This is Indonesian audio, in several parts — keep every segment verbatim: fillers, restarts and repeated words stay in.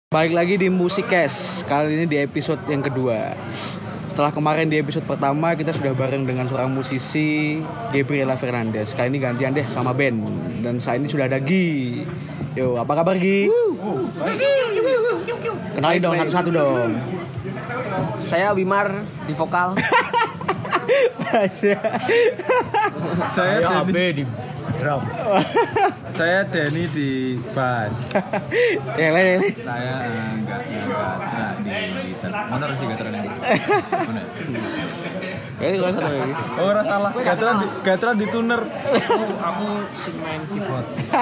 Balik lagi di Musikcast. Kali ini di episode yang kedua. Setelah kemarin di episode pertama kita sudah bareng dengan seorang musisi, Gabriela Fernandez. Kali ini gantian deh sama band. Dan saat ini sudah ada Gi. Yo, apa kabar Gi? Kenalin dong satu-satu dong. Saya Wimar di vokal. Saya Abe di drum. Saya Denny di bass. Yang lain. Saya uh, enggak enggak enggak di gitar. Mana harus gitaran ini? Mana? Kayaknya gak satu lagi. Oh, ora salah. Gitaran di gitaran di tuner. Aku aku sing main keyboard.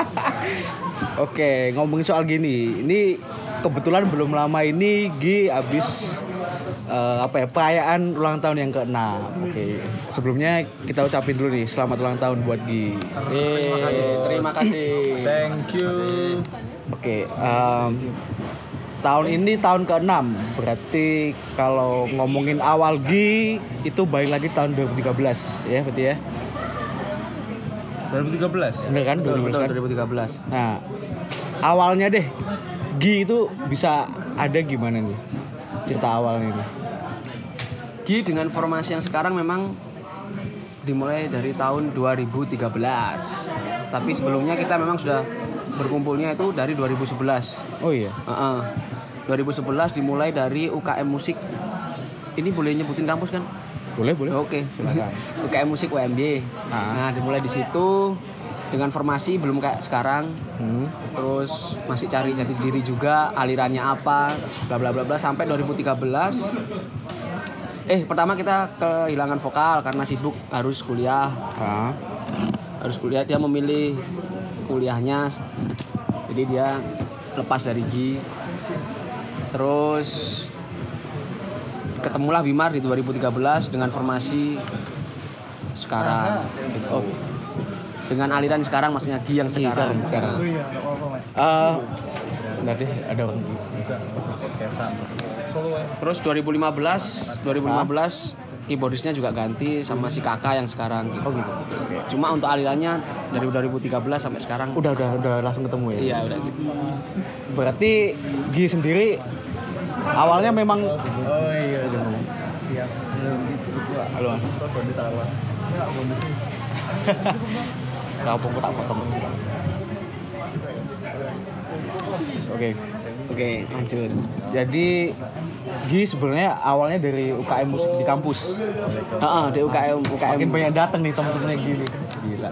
Oke, ngomongin soal gini. Ini kebetulan belum lama ini Gi abis uh, apa ya perayaan ulang tahun yang keenam. Oke, sebelumnya kita ucapin dulu nih selamat ulang tahun buat Gi. Terima kasih, terima kasih. Thank you. Oke, um, tahun ini tahun keenam. Berarti kalau ngomongin awal Gi itu balik lagi tahun dua ribu tiga belas ya, berarti ya. dua ribu tiga belas. Bener kan? Betul, dua ribu tiga belas betul, kan? dua ribu tiga belas. Nah, awalnya deh Gi itu bisa ada gimana nih? Cerita awalnya nih. Gi dengan formasi yang sekarang memang dimulai dari tahun dua ribu tiga belas. Tapi sebelumnya kita memang sudah berkumpulnya itu dari dua ribu sebelas. Oh iya. Uh-uh. dua ribu sebelas dimulai dari U K M Musik. Ini boleh nyebutin kampus kan? Boleh, boleh. Oke. Silakan. U K M Musik U M Y. Nah, dimulai di situ dengan formasi belum kayak sekarang. Hmm. Terus masih cari jati diri juga, alirannya apa, bla bla bla bla sampai dua ribu tiga belas. Eh, pertama kita kehilangan vokal karena sibuk harus kuliah. Ah. Harus kuliah, dia memilih kuliahnya. Jadi dia lepas dari Gi. Terus ketemulah Wimar di dua ribu tiga belas dengan formasi sekarang gitu. Oh. Dengan aliran sekarang maksudnya Gi yang sekarang. Sekarang. Eh, bentar deh, ada orang. Terus dua ribu lima belas keyboardisnya juga ganti sama si kakak yang sekarang gitu. Oh gitu. Cuma untuk alirannya dari dua ribu tiga belas sampai sekarang Udah udah udah langsung ketemu ya. iya udah gitu. Berarti Gi sendiri awalnya memang Oh iya, udah ngomong. Siap. halo. Bonus taruhan. Enggak bonus. Kapung tak potong. Oke. Oke, lanjut. Jadi Gi sebenarnya awalnya dari U K M Musik di kampus. Heeh, di U K M U K M. Makin banyak datang nih teman-temannya Gi nih. Gila.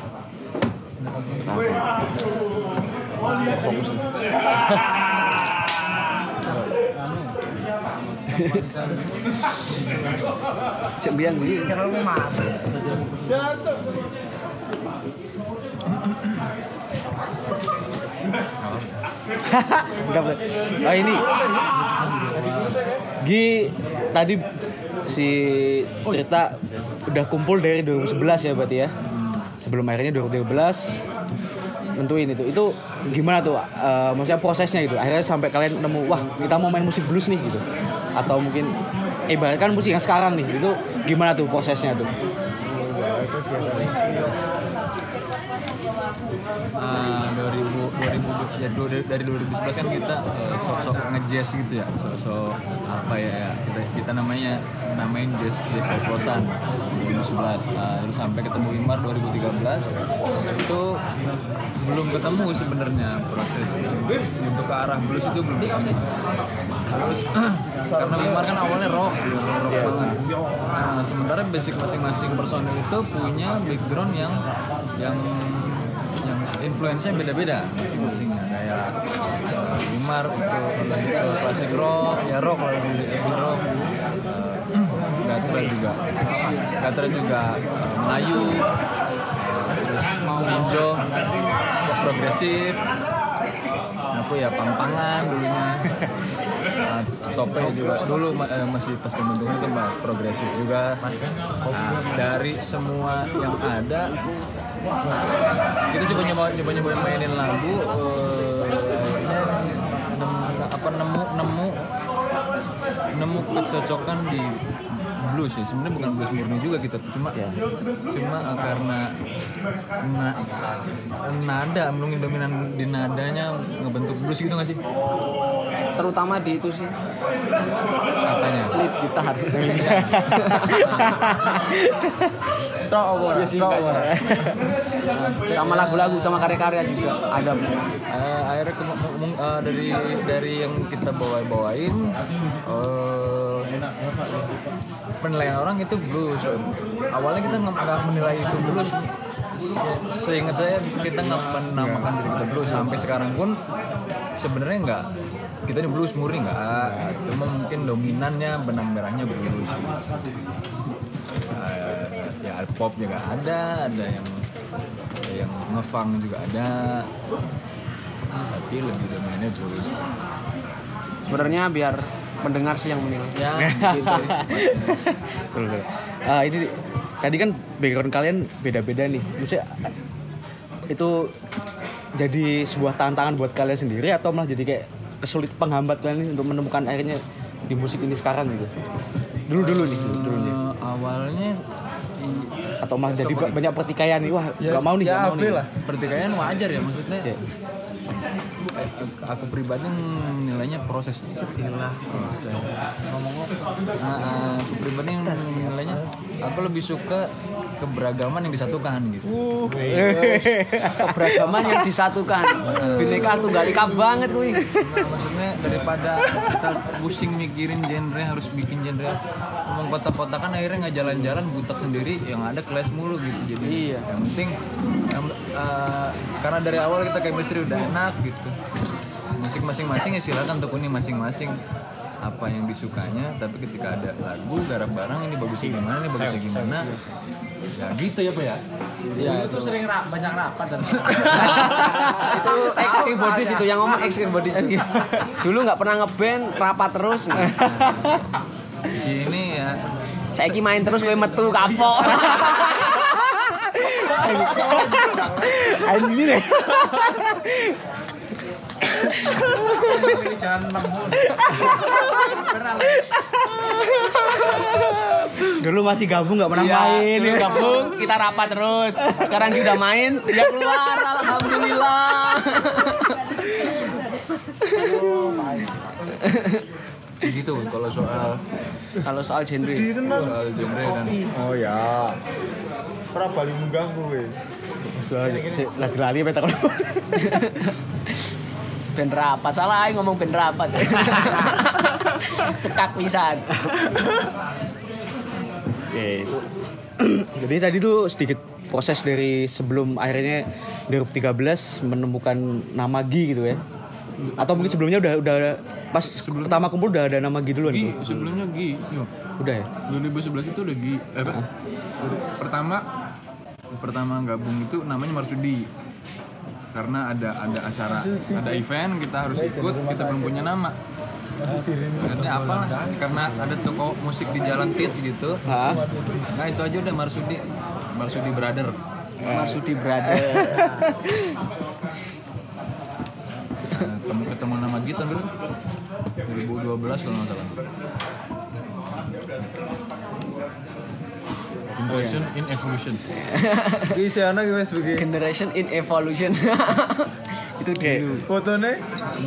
Fokus. Cek biang beli. Oh ini Gi tadi si cerita udah kumpul dari dua ribu sebelas ya berarti ya. Sebelum akhirnya dua ribu tiga belas nentuin itu. Itu gimana tuh uh, maksudnya prosesnya gitu. Akhirnya sampai kalian nemu wah, kita mau main musik blues nih gitu. Atau mungkin eh bahkan musik yang sekarang nih. Itu gimana tuh prosesnya tuh? Uh, dua ribu ya, dari dua ribu sebelas kan kita uh, sok-sok nge-jazz gitu ya, sok-sok apa ya, kita, kita namanya namain jazz jazz oplosan dua ribu sebelas. Uh, terus sampai ketemu Wimar dua ribu tiga belas itu belum ketemu sebenarnya proses untuk ke arah blues itu belum ketemu. Terus karena Wimar kan awalnya rock, rock yeah. banget. Nah, sementara basic masing-masing personil itu punya background yang yang yang influence-nya beda-beda masing-masingnya. Kayak uh, Wimar itu klasik, klasik rock, ya rock lah, lebih rock. Uh, Gatra juga, Gatra juga uh, Melayu. Uh, terus Sinjo progresif. Aku ya pang-pangan dulunya. Uh, Tope juga dulu uh, masih pas pembentukan itu mbak progresif juga. Nah, dari semua yang ada kita coba nyoba coba nyoba mainin lagu uh, nemu, apa nemu nemu nemu kecocokan di blues ya. Sebenarnya bukan blues murni juga kita tuh, cuma Ya. cuma uh, karena na- nada, mungkin dominan di nadanya ngebentuk blues gitu nggak sih? Terutama di itu sih, Apanya? lead gitar. Tok apa? Iya sih, enggak. Sama lagu-lagu, sama karya-karya juga ada. Uh, akhirnya ke, mung- uh, dari dari yang kita bawa-bawain uh, penilaian orang itu blues. Awalnya kita nggak nggak menilai itu blues. Se- Seingat saya kita nggak menamakan diri kita blues sampai sekarang pun sebenarnya nggak, kita ini blues murni nggak, cuma mungkin dominannya benang merahnya blues. Uh, ya pop juga ada, ada yang yang ngefunk juga ada, tapi lebih dominannya blues. Sebenarnya biar pendengar sih yang menilai. Ya, Gitu. Betul, betul. Ah, ini tadi kan background kalian beda-beda nih. Maksudnya itu jadi sebuah tantangan buat kalian sendiri atau malah jadi kayak kesulit penghambat kalian nih untuk menemukan akhirnya di musik ini sekarang gitu. Dulu-dulu nih, dulu nih. Eh, awalnya i- Atau malah jadi ba- banyak pertikaian nih. Wah, enggak mau nih, enggak mau nih. pertikaian wajar ya, maksudnya. Ya. Eh, aku pribadi menilainya proses setelah proses ngomong-ngomong nah, aku pribadi menilainya aku lebih suka keberagaman yang disatukan gitu. Keberagaman yang disatukan. Bineka Tunggal Ika banget kuy. Nah, maksudnya daripada kita pusing mikirin genre, harus bikin genre ngomong kotak-kotakan, akhirnya nggak jalan-jalan butek sendiri, yang ada kelas mulu gitu. Jadi Iya. yang penting yang, eh, karena dari awal kita chemistry udah enak gitu, musik masing-masing ya silakan tekuni masing-masing apa yang disukanya, tapi ketika ada lagu garap bareng, ini bagusnya gimana, ini bagusnya gimana, ya gitu ya Pak ya. Iya, Itu sering ra- banyak rapat dan Itu ex keyboardis itu yang ngomong ex keyboardis itu. Dulu nggak pernah ngeband, rapat terus. Ini ya Saiki main terus gue metu kapok. Ini deh. jangan nemu. Pernah Dulu masih gabung enggak pernah Iya, main. dulu gabung, kita rapat terus. Sekarang dia udah main, dia keluar, alhamdulillah. gitu kalau soal Kalau soal genre, soal genre dan Oh ya. Ora bali mengganggu we. Soalnya si- lagi lali apa takon. band rapat, salah aing ngomong band rapat. Sekak pisan. Oke, itu. Jadi tadi tuh sedikit proses dari sebelum akhirnya dua ribu tiga belas menemukan nama Gi gitu ya. Atau mungkin sebelumnya udah udah pas pertama kumpul udah ada nama Gi duluan. Gi, tuh? sebelumnya Gi. Udah ya? dua ribu sebelas itu udah Gi. Eh, apa? Pertama pertama gabung itu namanya Marsudi. Karena ada ada acara, ada event, kita harus ikut, kita belum punya nama. Akhirnya apalah, karena ada toko musik di Jalan Tit gitu. Hah? Nah, itu aja udah Marsudi. Marsudi Brother. Marsudi Brother. Nah, ketemu ketemu nama Gi tahun dulu dua ribu dua belas kalau nggak salah. Generation in Evolution. Ki sana ki wis begini. Generation in Evolution. Itu dulu. Fotone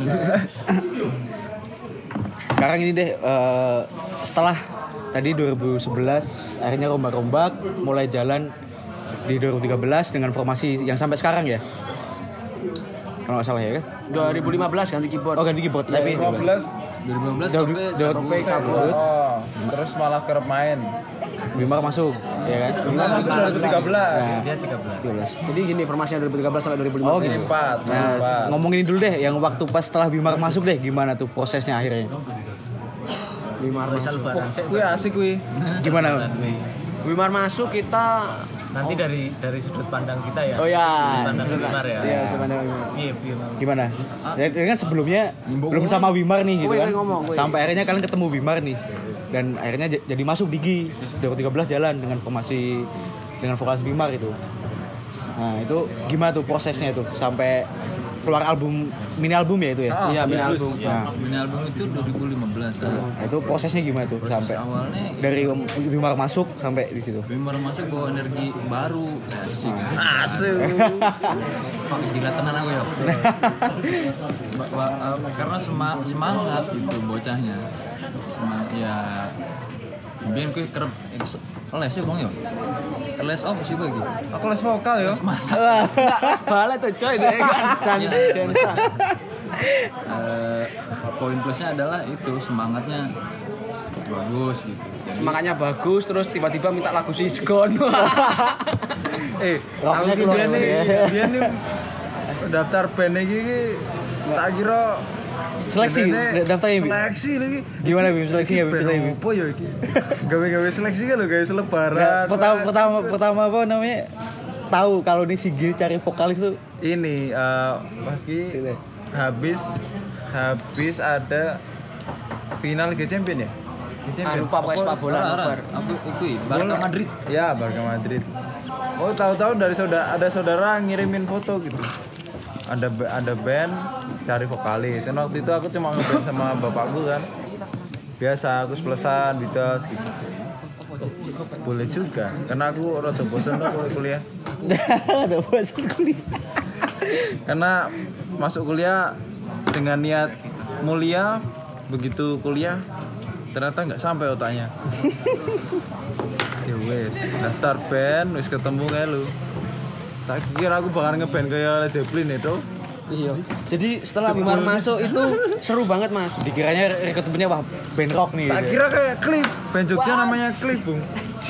Sekarang ini deh eh, setelah tadi dua ribu sebelas akhirnya rombak-rombak mulai jalan di dua ribu tiga belas dengan formasi yang sampai sekarang ya. Kalau nggak salah ya kan? dua ribu lima belas ganti keyboard. Oh ganti keyboard tapi lima belas. dua ribu lima belas Dua- tapi dua- Tope cabut. Oh, terus malah kerap main. Wimar masuk, ya kan? Enggak masuk dua ribu tiga belas. Nah, Dia tiga belas. tiga belas. Jadi gini formasinya dua ribu tiga belas sampai dua ribu lima belas. Oh gitu. Empat. Nah, empat. ngomongin dulu deh yang waktu pas setelah Wimar masuk deh gimana tuh prosesnya akhirnya? Wimar masuk. Kuwi asik kuwi. Gimana? Wimar masuk kita Nanti dari dari sudut pandang kita ya. Oh ya, Sudut pandang sudut- Wimar ya. Iya, sudut pandang Wimar. Iya, iya. Gimana? Ya kan sebelumnya belum sama Wimar nih gitu Woi, kan. woi, ngomong, woi. Sampai akhirnya kalian ketemu Wimar nih. Dan akhirnya j- jadi masuk di G I dua ribu tiga belas jalan dengan formasi dengan vokalis Wimar itu. Nah, itu gimana tuh prosesnya itu sampai keluar album mini album ya itu ya. Iya, mini album. Nah, Mini album itu dua ribu lima belas kan. nah, itu prosesnya gimana tuh sampai Awalnya dari Bimar masuk sampai di situ. Bimar masuk bawa energi baru, asik. Asik. Pak gila tenan aku ya. Ba- ba- eh, karena sema- semangat itu bocahnya. Semangat ya. Biyen kuwi kerep les ya bang ya. Les apa sih gue gitu? Aku les vokal ya. Les masak. Enggak pas balet tuh coy deh kan. Chance chance. Eh, poin plusnya adalah itu semangatnya bagus gitu. Jadi, Semangatnya bagus terus tiba-tiba minta lagu Sisgon. Eh, Rocknya aku keluar dia nih, ya. dia nih daftar band iki tak kira Seleksi bandnya daftarnya Bim. seleksi lagi. Gimana Bim seleksinya Bim? Band Ceritain, Bim. apa ya iki? Gawe-gawe seleksi kan lo gawe Nggak, selebaran. pertama pertama pertama apa namanya? Tahu kalau nih si Gil cari vokalis tuh Ini eh pas ki habis habis ada final Liga Champion ya? Liga Ah, lupa pokoknya sepak bola Ora, ora, nobar. aku ikut Barca Madrid. Ya, Barca Madrid. Oh, tahu-tahu dari saudara ada saudara ngirimin foto gitu. Ada ba- ada band cari vokalis. Dan waktu itu aku cuma ngeband sama bapakku kan. Biasa aku sepelesan Beatles gitu. Boleh juga, karena aku rada bosan tuh kalau kuliah. ada bosan kuliah. Karena masuk kuliah dengan niat mulia, begitu kuliah ternyata nggak sampai otaknya. Ya wes, daftar band, wes ketemu kayak lu. Tak kira aku bakal ngeband kayak Led Zeppelin itu. Iya. Jadi setelah Bimar masuk itu seru banget mas. Dikiranya rekrutmennya wah band rock nih. Tak gitu. kira kayak Cliff, band Jogja namanya Cliff, Bung.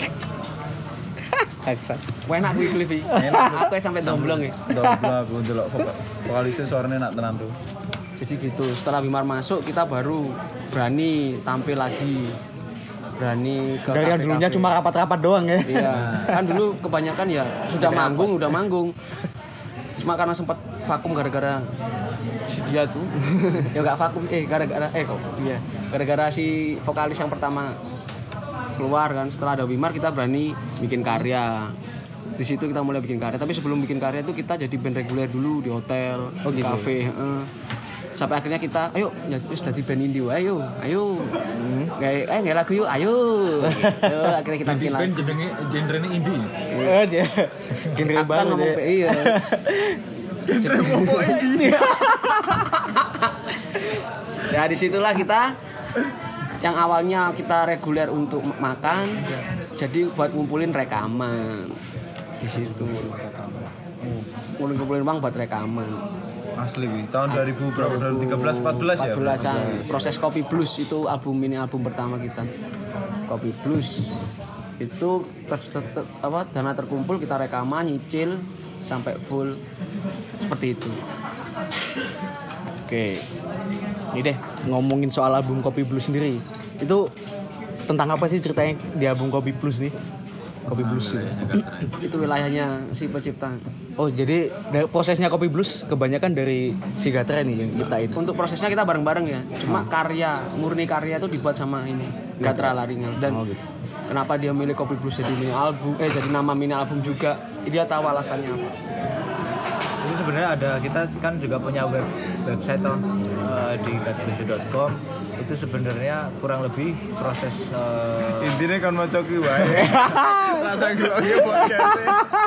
Eksat. Enak gue Cliffy. Aku ya sampai domblong ya. Doblah aku ndelok vokal- vokalisnya suaranya nak tenan tuh. Jadi gitu. Setelah Bimar masuk kita baru berani tampil lagi. Berani ke Dari yang kafe-kafe. dulunya cuma rapat-rapat doang ya. Iya. Kan dulu kebanyakan ya sudah manggung, udah manggung. Cuma karena sempat vakum gara-gara si dia tuh. Ya enggak vakum eh gara-gara eh kok iya. Gara-gara si vokalis yang pertama keluar kan, setelah ada Bimar kita berani bikin karya. Di situ kita mulai bikin karya, tapi sebelum bikin karya itu kita jadi band reguler dulu di hotel, Oh, di gitu. kafe, heeh. Sampai akhirnya kita, ayo, ya wis dadi band indie wae, ayo, ayo. Gawe eh gawe lagu yuk, ayo. Yo, akhirnya kita bikin lagu. Band jenenge genrenya indie. Eh dia. Genre Aku kan baru ngomong dia. iya. Ya disitulah kita yang awalnya kita reguler untuk makan, jadi buat ngumpulin rekaman di situ. Ngumpulin uang buat rekaman. Asli wi, tahun dua ribu berapa? dua ribu tiga belas empat belas ya. empat belasan. Proses Kopi Blues itu album mini album pertama kita. Kopi Blues itu ter, ter, ter- apa dana terkumpul kita rekaman nyicil sampai full seperti itu. Oke. Ini deh ngomongin soal album Kopi Blues sendiri. Itu tentang apa sih ceritanya di album Kopi Blues nih? Kopi Blues itu. Itu wilayahnya si pencipta. Oh, jadi dari prosesnya Kopi Blues kebanyakan dari si Gatra nih yang nyiptain. Untuk prosesnya kita bareng-bareng ya. Cuma karya, murni karya itu dibuat sama ini Gatra Laringa. Dan Oh, gitu. kenapa dia milih Kopi Blues jadi mini album, eh jadi nama mini album juga. Dia tahu alasannya apa. Itu sebenarnya ada, kita kan juga punya web website toh, eh, di katblues dot com. Itu sebenarnya kurang lebih proses eh, Intinya kan mau coki wae. Rasa gue oke podcast.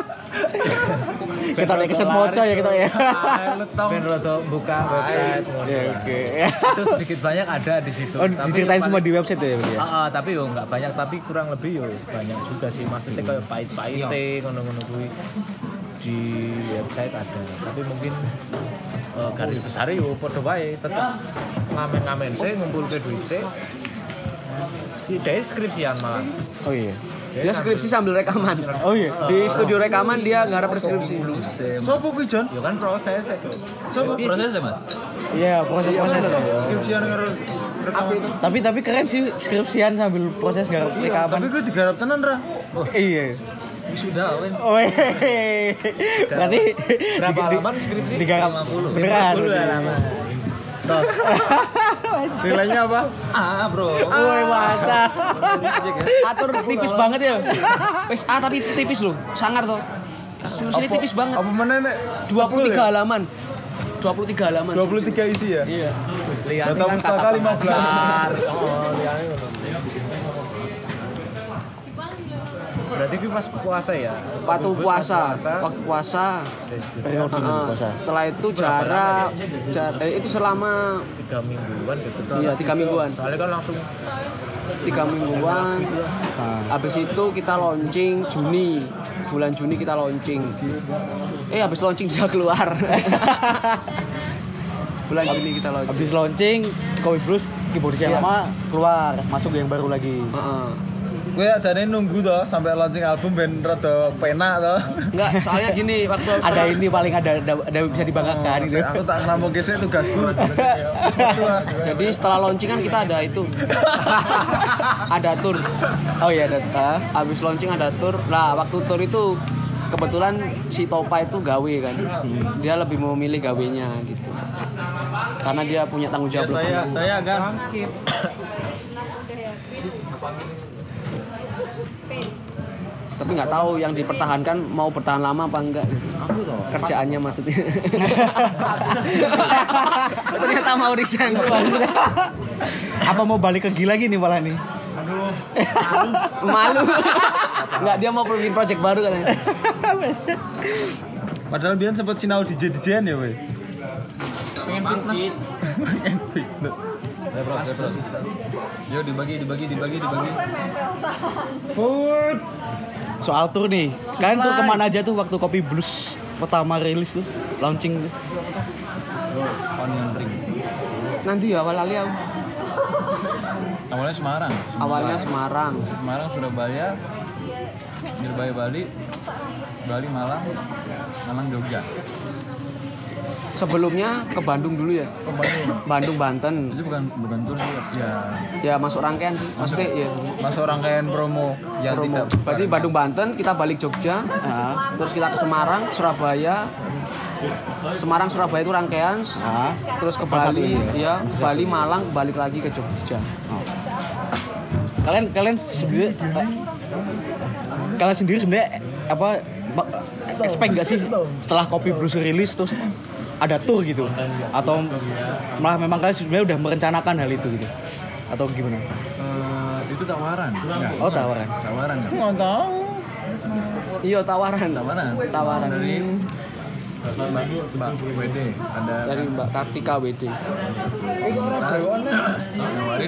Kita naik keset moco ya kita ya. ben roto buka website. Ya, oke. Itu sedikit banyak ada di situ. Oh, Tapi diceritain yang semua paling- di website ya berarti ya. Ah, ah, tapi yo nggak banyak, tapi kurang lebih yo banyak juga sih, maksudnya kayak pahit-pahite ngono-ngono kuwi di website ada, tapi mungkin uh, garis besar yo padha wae tetep ngamen-ngamen sih, ngumpulke duit sih si deskripsian malah. Oh iya. Dia skripsi sambil rekaman. Oh iya. Di studio rekaman dia ngarep skripsi. Sopo kuwi, Jon? Yo kan proses itu. Sopo? Prosesnya mas. Iya, proses-proses. Skripsian karo rekaman. Tapi tapi keren sih skripsian sambil proses garap Tapi rekaman. gue digarap tenan ra. Iya. Sudah win. Oh, hehehe. Berarti Berapa di- di- halaman skripsi? digarap beneran. lima puluh halaman. Tos. Nilainya apa? Ah bro. Woi, mantap. Atur tipis banget ya. Wis A tapi tipis loh. Sangar tuh. Skripsinya tipis banget. Apa meneh nek dua puluh tiga halaman. dua puluh tiga halaman. dua puluh tiga isi ya? Iya. Liane Data kan pustaka kata lima belas. pengantar. Oh, liane ngono. Berarti ki pas puasa ya? Waktu puasa, waktu puasa. Periode Heeh. puasa. Setelah itu jarak, jar- eh, itu selama tiga mingguan gitu. iya tiga mingguan, Soalnya kan langsung tiga mingguan. Nah, Habis itu kita launching Juni, bulan Juni kita launching. Eh habis launching dia keluar. Bulan Juni kita launching. habis launching Kopi Blues keyboardis yang Iya. lama keluar, masuk yang baru lagi. Heeh. Gue ajane nunggu toh sampai launching album ben rada penak toh. Enggak, soalnya gini waktu Ada setelah- ini paling ada ada, ada bisa dibanggakan gitu. Aku tak ngelampau gesek tugasku. Jadi setelah launching kan kita ada itu. Ada tour. Oh iya, ada. ah. Habis launching ada tour. Nah, waktu tour itu kebetulan si Topa itu gawe kan. Dia lebih memilih gawenya gitu. Karena dia punya tanggung Ya, jawab saya lebih. saya kan Tapi nggak tahu yang dipertahankan mau bertahan lama apa enggak gitu. Kerjaannya maksudnya. Ternyata mau resign. Apa mau balik ke gila gini malah nih? Malu. Enggak, dia mau bikin project baru kan. Padahal Bian sempat sinau D J D J-an ya, weh. pengen fitness. Pengen fitness. Yo dibagi dibagi dibagi dibagi. Food. Soal tour nih, kalian tuh kemana aja tuh waktu Kopi Blues pertama rilis tuh, launching tuh? Onion ring. Nanti ya awal kali aku. Awalnya Semarang. Awalnya Semarang. Semarang, Surabaya, Surabaya, Bali, Bali, Malang, Malang, Jogja. Sebelumnya ke Bandung dulu ya. Ke Bandung. Bandung, Banten. Itu bukan bukan tour sih, ya. Ya masuk rangkaian sih. Maksudnya ya Masuk rangkaian promo yang promo. tidak Berarti Bandung, Banten, kita balik Jogja. Ah, Terus kita ke Semarang, Surabaya. Semarang, Surabaya itu rangkaian. ah. Terus ke Bali, ya, Bali, Malang, balik lagi ke Jogja. Kalian kalian sebenarnya kalian sendiri sebenarnya apa ba- expect nggak sih setelah Kopi Blues rilis terus ada tour gitu, atau malah memang kalian sebenarnya udah merencanakan hal itu gitu, atau gimana? Eh, itu tawaran. Enggak. Oh, tawaran. Tawaran kan? nggak tahu. Iya, tawaran. Tawaran. Tawaran. Dari Mbak Mbak W D ada Dari Mbak Kartika W D. nawarin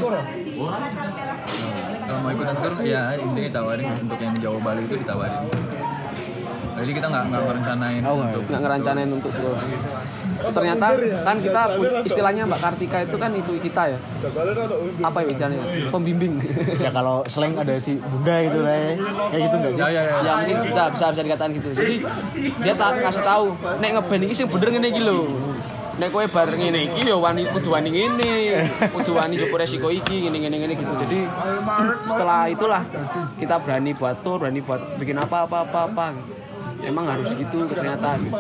kalau mau ikutan tour ya ini ditawarin untuk yang Jawa Bali itu ditawarin. Jadi kita nggak nggak merencanain Oh, nggak. untuk Nggak ngerancanain untuk tour. Ternyata kan kita pu- istilahnya Mbak Kartika itu kan itu kita ya. Apa ya istilahnya? Pembimbing. Ya kalau slang ada si bunda gitu lah, ya. Kayak gitu nggak sih? ya ya ya. Ya mungkin bisa bisa bisa dikatakan gitu. Jadi dia tak kasih tahu nek ngeband iki sing bener ngene iki lho. Nek kowe bar ngene iki ya wani kudu wani ngene. Kudu wani jopo resiko iki ngene ngene ngene gitu. Jadi setelah itulah kita berani buat tour, berani buat bikin apa apa apa apa. Emang harus gitu ternyata gitu.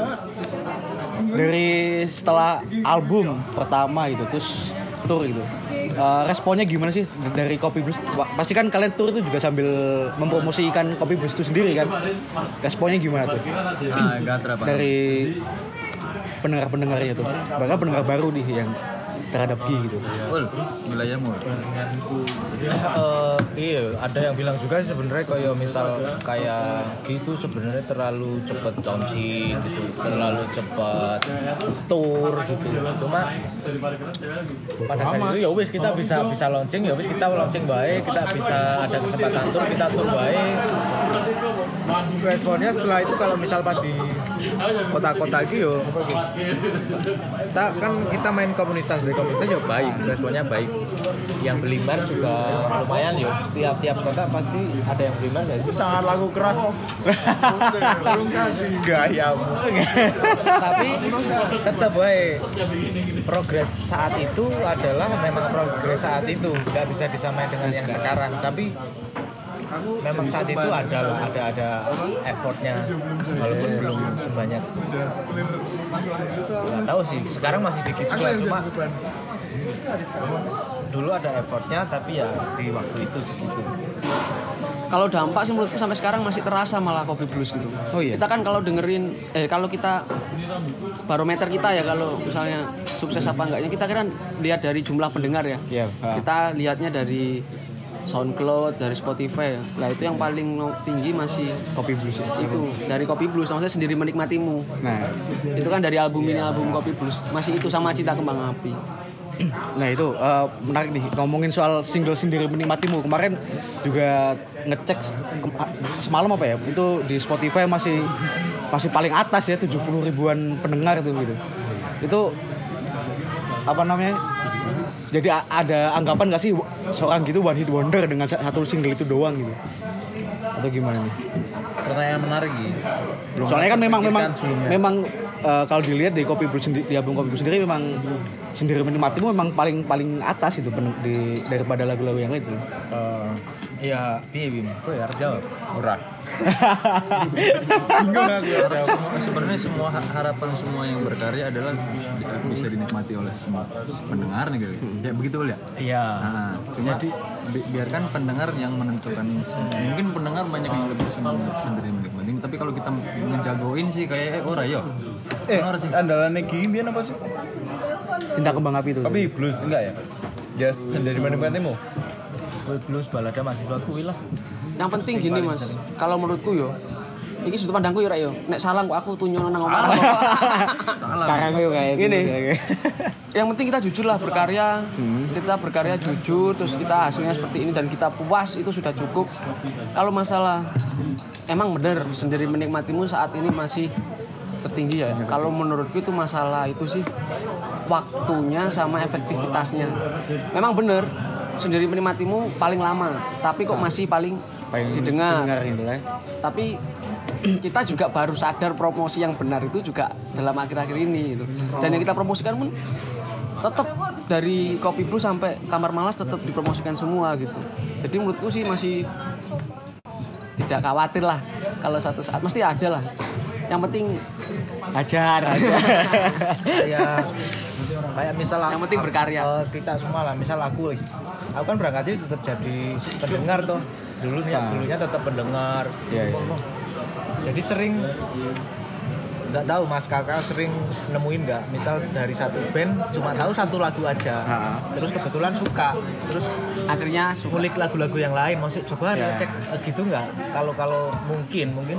Dari setelah album pertama gitu terus tour gitu, eh, responnya gimana sih dari Kopi Blues? Wah, pasti kan kalian tour itu juga sambil mempromosikan Kopi Blues itu sendiri kan? Responnya gimana tuh Ah, gatra Pak. dari pendengar-pendengarnya tuh? Bahkan pendengar baru nih yang terhadap Gi gitu. Ul, wilayahmu. Eh, iya, ada yang bilang juga sebenarnya kayak misal kayak gitu sebenarnya terlalu cepat launching gitu, terlalu cepat tour gitu. Cuma pada saat itu ya wis kita bisa bisa launching ya wis kita launching baik, kita bisa ada kesempatan tour kita tour baik. Responnya setelah itu kalau misal pas di kota-kota gitu, kita kan kita main komunitas dari komunitas ya baik, responnya baik. Yang beli merch juga lumayan ya, tiap-tiap kota pasti ada yang beli merch ya. Sangat lagu keras. Gayamu. Tapi tetap baik. Progres saat itu adalah memang progres saat itu, nggak bisa disamain dengan yang sekarang. Tapi memang saat itu ada ada ada effortnya walaupun belum sebanyak, nggak tahu sih sekarang masih dikit juga, cuma dulu ada effortnya tapi ya di waktu itu segitu. kalau dampak sih menurutku sampai sekarang masih terasa malah Kopi Blues gitu. Oh iya. Kita kan kalau dengerin eh kalau kita barometer kita ya kalau misalnya sukses apa enggaknya kita kan lihat dari jumlah pendengar ya. Iya. Ah. Kita lihatnya dari SoundCloud, dari Spotify ya. Nah, itu yang paling tinggi masih Kopi Blues. itu dari Kopi Blues, maksudnya Sendiri Menikmatimu. Nah, Itu kan dari album ini album Kopi Blues. Masih itu sama Cinta Kembang Api. nah itu eh, menarik nih ngomongin soal single Sendiri Menikmatimu. Kemarin juga ngecek ke- semalam apa ya? Itu di Spotify masih masih paling atas ya, tujuh puluh ribuan pendengar tuh gitu. Itu apa namanya? Jadi a- ada anggapan gak sih seorang gitu one hit wonder dengan sa- satu single itu doang gitu? Atau gimana nih? Pertanyaan menarik gitu. Soalnya kan memang memang sebelumnya. memang eh, kalau dilihat di Kopi Blues sendiri, di album Kopi Blues sendiri memang Sendiri Menikmatimu memang paling paling atas itu pen- di daripada lagu-lagu yang lain itu. Eh, Iya, piye Bim? Kok ya harus jawab. Ora. Semua- sebenarnya semua ha- harapan semua yang berkarya adalah di- bisa dinikmati oleh semua pendengar nih gitu. Ya begitu ya. Iya. Nah, cuma bi- biarkan pendengar yang menentukan. Mungkin pendengar banyak yang lebih sen- sendiri menikmati. Tapi kalau kita ngejagoin sih kayak eh, ora yo. Eh, andalannya Gimbi apa sih? Cinta Kembang Api itu. Tapi blues enggak ya? Ya Sendiri Menikmatimu. Kopi Blues balada mahasiswa kuwi lah. Yang penting gini Mas, kalau menurutku yo iki sudut pandangku yo rek yo. Nek salah kok aku tunyono nang omah. Sekarang itu kayak Gini. gitu. Yang penting kita jujur lah berkarya, kita berkarya jujur, terus kita hasilnya seperti ini dan kita puas itu sudah cukup. Kalau masalah emang bener Sendiri Menikmatimu saat ini masih tertinggi ya. Kalau menurutku itu masalah itu sih waktunya sama efektivitasnya. Memang bener Sendiri Menikmatimu paling lama, tapi kok masih paling, Paling didengar. didengar gitu lah. Tapi kita juga baru sadar promosi yang benar itu juga dalam akhir-akhir ini gitu. Dan yang kita promosikan pun tetap dari Kopi Blues sampai Kamar Malas tetap dipromosikan semua gitu. Jadi menurutku sih masih tidak khawatir lah kalau satu saat mesti ada lah. Yang penting Ajar. Kayak kayak misal Yang penting berkarya. eh, kita semua lah, misal aku lagi. Aku kan berangkatnya tetap jadi pendengar tuh. Dulunya dulunya tetap pendengar. Iya, iya. Jadi sering nggak tahu Mas Kakak sering nemuin nggak misal dari satu band cuma tahu satu lagu aja Ha-ha. terus kebetulan suka terus akhirnya suka. ngulik lagu-lagu yang lain maksud coba Ya. cek eh, gitu nggak kalau kalau mungkin mungkin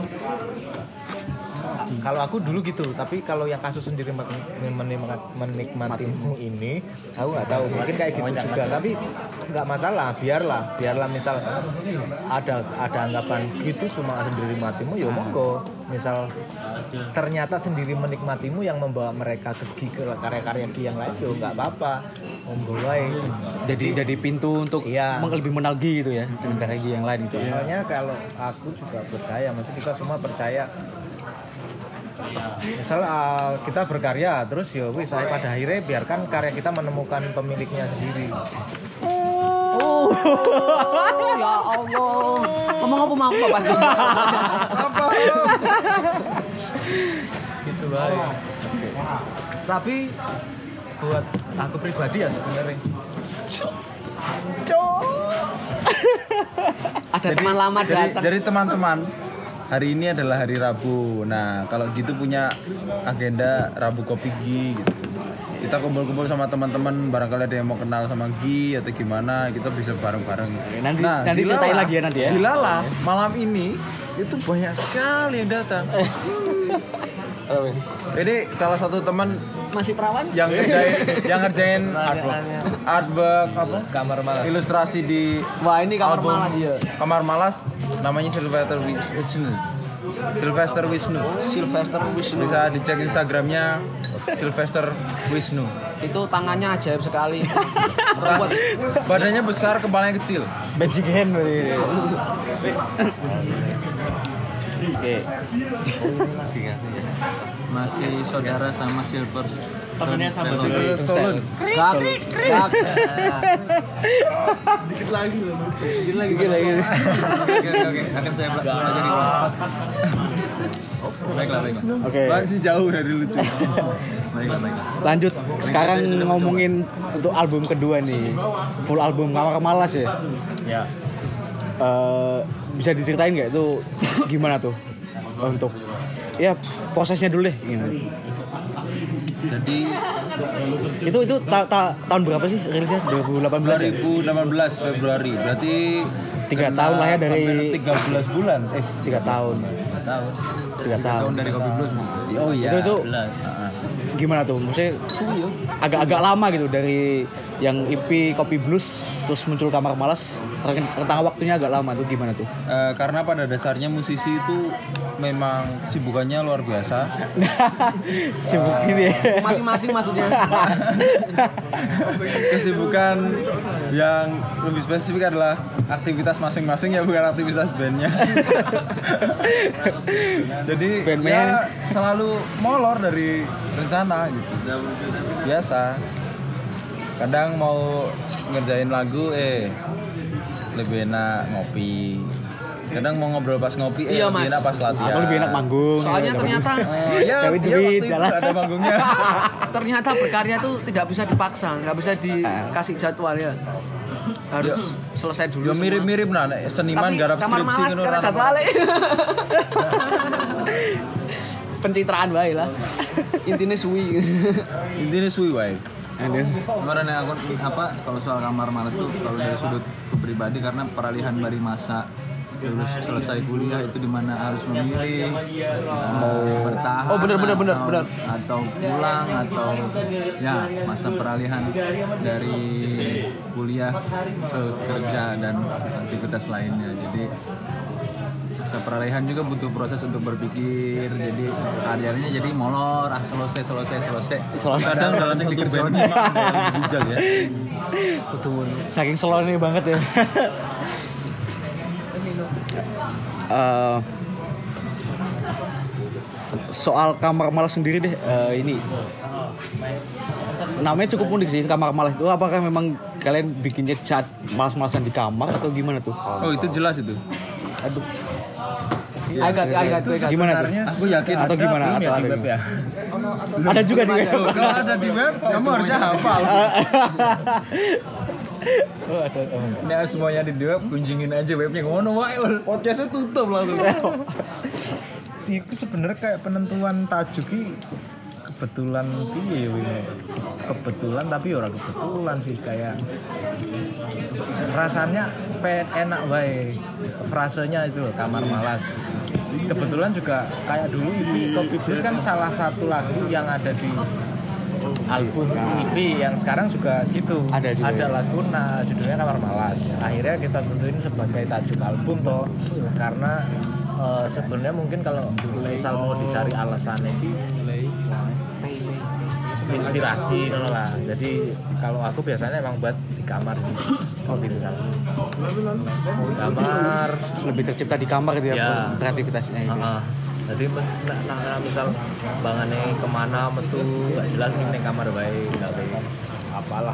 kalau aku dulu gitu tapi kalau yang kasus Sendiri Menikmati- Menikmatimu ini aku nggak tahu mungkin kayak gitu juga tapi nggak masalah biarlah biarlah misal ada ada anggapan gitu cuma Sendiri Menikmatimu ya monggo misal ternyata Sendiri Menikmatimu yang membawa mereka pergi ke karya-karya Ki yang lain ya nggak apa-apa monggo wae Jadi jadi pintu untuk Iya. meng- lebih menalgi gitu ya dengan karya yang lain gitu. soalnya kalau aku juga percaya maksudnya kita semua percaya misal uh, kita berkarya terus ya wis saya pada akhirnya biarkan karya kita menemukan pemiliknya sendiri. Oh ya Allah. Ngomong apa mau apa sih? Gitu baik. Tapi buat aku pribadi ya sebenarnya Ada teman lama Jadi, datang. jadi teman-teman, hari ini adalah hari Rabu. Nah, kalau gitu punya agenda Rabu Kopi Gi gitu. Kita kumpul-kumpul sama teman-teman, barangkali ada yang mau kenal sama Gi atau gimana, kita bisa bareng-bareng. Nanti- nanti Dilala- ceritain lagi ya nanti ya. Dilala, malam ini itu banyak sekali yang datang. Ini salah satu teman Masih perawan? yang kerjain yang ngerjain artwork, artwork apa? kamar malah. Ilustrasi di Wah, ini kamar album malas ya. Kamar Malas namanya Sylvester Wisnu. Sylvester Wisnu. Sylvester Wisnu. Bisa dicek Instagramnya Sylvester Wisnu. Itu tangannya ajaib sekali. Buat Badannya besar, kepalanya kecil. Magic hand berarti. Oke. Masih saudara sama Silver. Temennya sama Stallone. Stallone. gak, gak. Dikit lagi. Oke oke oke. Akan saya pelajari. Baiklah baiklah. Oke. Masih jauh dari lucu. Baiklah baiklah. Lanjut sekarang ngomongin untuk album kedua nih. Full album Kamar Malas ya. Ya. uh, bisa diceritain nggak itu gimana tuh untuk ya prosesnya dulu deh gini. Jadi Itu itu ta- ta- tahun berapa sih rilisnya? dua ribu delapan belas ya? dua ribu delapan belas Februari. Berarti Tiga tahun lah ya dari- tiga belas bulan. Eh, tiga tahun. tahun. Tiga tahun. Tahun dari Kopi Blues. Oh iya. Itu itu Heeh. gimana tuh? Maksudnya agak-agak lama gitu dari yang E P Kopi Blues terus muncul Kamar Malas, rentang waktunya agak lama tuh gimana tuh? Eh, karena pada dasarnya musisi itu memang kesibukannya luar biasa. Sibuk ini ya. Masing-masing maksudnya. Kesibukan yang lebih spesifik adalah aktivitas masing-masing ya, bukan aktivitas bandnya. Jadi Bandnya- ya selalu molor dari rencana gitu. Biasa. Kadang mau ngerjain lagu eh lebih enak ngopi. Kadang mau ngobrol pas ngopi eh Iya, lebih Mas. enak pas latihan. Atau lebih enak manggung. Soalnya ya, ternyata Oh, ya, Tapi ya duit, waktu itu jalan. ada panggungnya. ternyata berkarya tuh tidak bisa dipaksa, nggak bisa dikasih jadwal ya. Harus selesai dulu. Ya semua. mirip-mirip nah nek seniman Tapi garap Kamar skripsi Malas ngono karena ora jadwalnya. Pencitraan bae lah. Intinya suwi. Intinya suwi wae. Kemarin yang aku apa kalau soal Kamar Malas tuh kalau dari sudut pribadi karena peralihan dari masa lulus selesai kuliah itu dimana harus memilih mau bertahan Oh, benar, benar, benar, atau, benar. atau pulang atau ya masa peralihan dari kuliah ke kerja dan aktivitas lainnya. Jadi masa peralihan juga butuh proses untuk berpikir. Jadi karyanya jadi molor, ah selesai selesai selesai. Kadang dalam satu band memang ada yang lebih bijak ya. Betul. Saking slow-nya banget ya. Eh, soal Kamar Malas sendiri deh, eh, ini namanya cukup unik sih Kamar Malas itu. Apakah memang kalian bikinnya cat malas-malasan di kamar atau gimana tuh? Oh itu jelas itu. Aduh, Agak, agak, agak. gimana tuh? Aku yakin. Atau gimana? Ini Atau ya ada di web gimana? ya. Ada juga di web. Loh, kalau ada di web, kamu harusnya hafal. Oh, ada. Oh. Ini semuanya di web, kunjungin aja webnya ngono wae. Podcastnya tutup langsung. Sih itu sebenarnya kayak penentuan tajuk ki kebetulan piye ya. Kebetulan tapi ora kebetulan sih kayak rasanya pengen enak wae. Frasenya itu loh, Kamar Malas. Kebetulan juga kayak dulu ini Kopi Blues kan salah satu lagu yang ada di album E P yang sekarang juga gitu. Ada juga, ada ya. lagu nah judulnya Kamar Malas. Akhirnya kita tentuin sebagai tajuk album toh karena uh, sebenarnya mungkin kalau misal mau dicari alasannya ini inspirasi ngono lah. Jadi kalau aku biasanya emang buat di kamar gitu. Oh misal. Di kamar Lebih tercipta di kamar gitu ya, Ya. kreativitasnya ini. Heeh. Jadi men- nah, nah, nah, misal bangane kemana metu nggak jelas nih neng kamar baik nggak baik apalah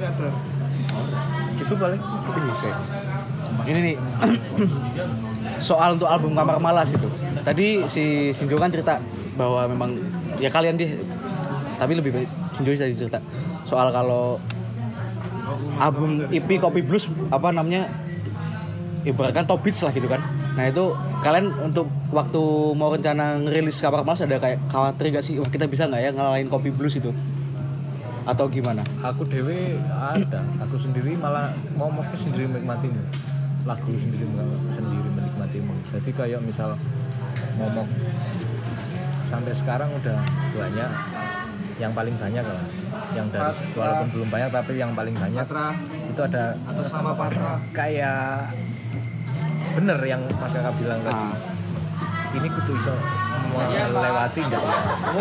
gitu paling Ini nih soal untuk album Kamar Malas itu. Tadi si Sinjo kan cerita bahwa memang ya kalian deh, tapi lebih baik Sinjo tadi cerita soal kalau album E P Kopi Blues apa namanya ibaratkan top hits lah gitu kan. Nah itu kalian untuk waktu mau rencana ngerilis Kamar Malas ada kayak khawatir gak sih wah kita bisa nggak ya ngalahin Kopi Blues itu atau gimana? aku dewe ada aku sendiri malah ngomong sendiri menikmatimu lagu sendiri sendiri menikmatimu jadi kayak misal ngomong sampai sekarang udah banyak yang paling banyak lah yang dari walaupun belum banyak tapi yang paling banyak itu ada sama Patra kayak bener yang Mas Kakak bilang tadi ini kudu iso melewati enggak ya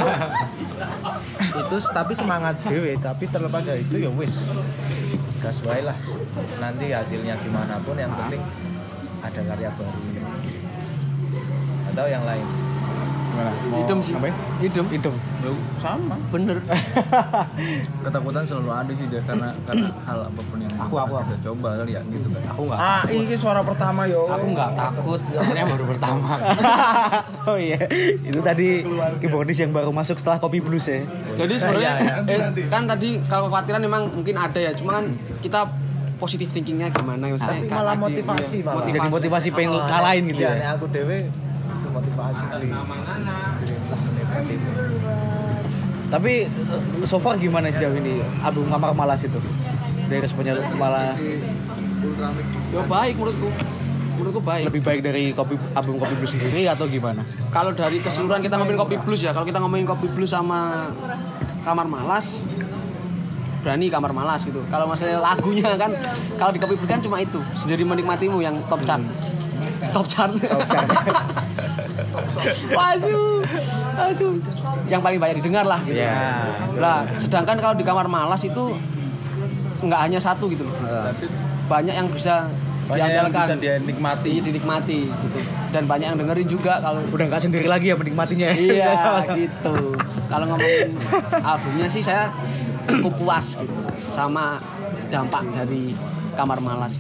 itu tapi semangat dewe tapi terlepas dari itu ya wis gas wae lah nanti hasilnya gimana pun yang penting ada karya baru atau yang lain Idem sih. Idem. Idem. Sama. Bener. Ketakutan selalu ada sih dia karena karena hal apapun yang Aku, aku, kita coba kali ya gitu kan. Aku nggak. Ah, ini suara pertama yo. Aku nggak takut, soalnya baru pertama. Oh iya, itu tadi keyboardis yang baru masuk setelah Kopi Blues ya. Jadi sebenarnya eh, kan tadi kalau kekhawatiran memang mungkin ada ya, cuma kan kita positif thinkingnya gimana maksudnya Tapi Kak malah Ade, motivasi iya. malah. Jadi motivasi pengen kalahin gitu Iya, ya. nek aku dewe itu motivasi di entah negatif. Tapi eh, so far gimana sejauh ini album Kamar Malas itu? Dari responnya malah Ya baik menurutku. Menurutku baik. lebih baik dari kopi album Kopi Blues sendiri atau gimana? Kalau dari keseluruhan kita ngomongin Kopi Blues ya, kalau kita ngomongin Kopi Blues sama Kamar Malas, berani Kamar Malas gitu. Kalau masalah lagunya kan, kalau di Kopi Blues kan cuma itu, Sendiri Menikmatimu yang top chart. Top chart. Top chart. Wasu, wasu. Yang paling banyak didengar lah gitu. Ya. Lah, sedangkan kalau di Kamar Malas itu nggak hanya satu gitu loh. Banyak yang bisa Banyak yang diandalkan, bisa dia nikmati. Iya, dinikmati gitu. Dan banyak yang dengerin juga kalau Udah nggak sendiri lagi ya menikmatinya. iya gitu. Kalau ngomongin albumnya sih saya cukup puas gitu sama dampak dari Kamar Malas.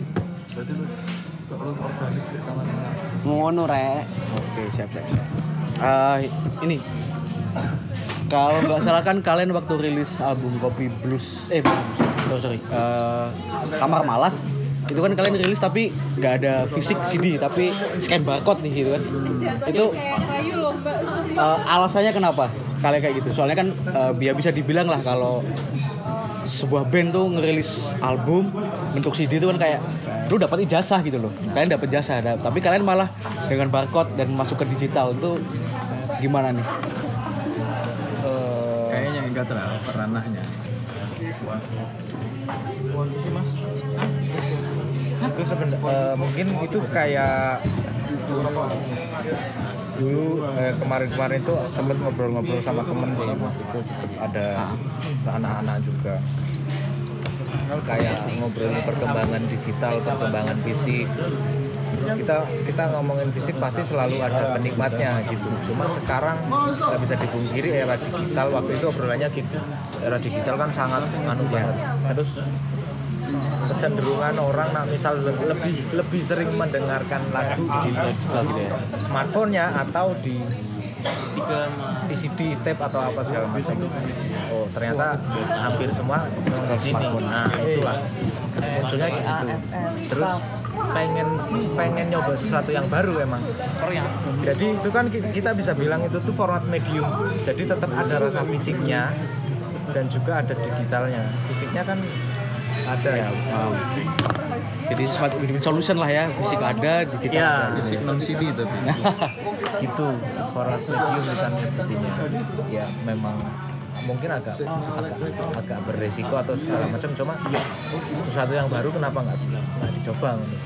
Ngono rek. Oke, siap siap. siap. Eh, ini kalau nggak salah kan kalian waktu rilis album Kopi Blues, eh sorry, sorry eh, Kamar Malas itu kan kalian rilis tapi nggak ada fisik C D tapi scan barcode nih gitu kan. Itu eh, alasannya kenapa kalian kayak gitu? Soalnya kan eh, biar bisa dibilang lah kalau sebuah band tuh ngerilis album bentuk C D itu kan kayak lu dapat ijazah gitu loh. Kalian dapat ijazah, da- tapi kalian malah dengan barcode dan masuk ke digital itu gimana nih? Eh, Kayaknya enggak terlalu ranahnya. Itu sebenarnya mungkin itu kayak dulu eh, kemarin-kemarin itu sempat ngobrol-ngobrol sama temen sih, itu ada anak-anak juga kayak ngobrolin perkembangan digital, perkembangan fisik. Kita kita ngomongin fisik pasti selalu ada penikmatnya gitu. Cuma sekarang nggak bisa dipungkiri era digital, waktu itu obrolannya gitu. Era digital kan sangat anu banget. Terus kecenderungan orang nah, misal lebih lebih sering mendengarkan lagu di, di smartphone-nya atau di V C D, tape atau apa segala macam. Oh ternyata hampir semua di sini. Nah itulah munculnya di situ. Terus pengen pengen nyoba sesuatu yang baru emang. Jadi itu kan kita bisa bilang itu tuh format medium. Jadi tetap ada rasa fisiknya dan juga ada digitalnya. Fisiknya kan ada ya, wow. Jadi semacam win-win solution lah ya, fisik ada, digital ya, bisa. Fisik non C D tapi. gitu format medium di sana sepertinya. Ya memang mungkin agak agak agak beresiko atau segala macam, cuma sesuatu yang baru kenapa nggak nggak dicoba gitu.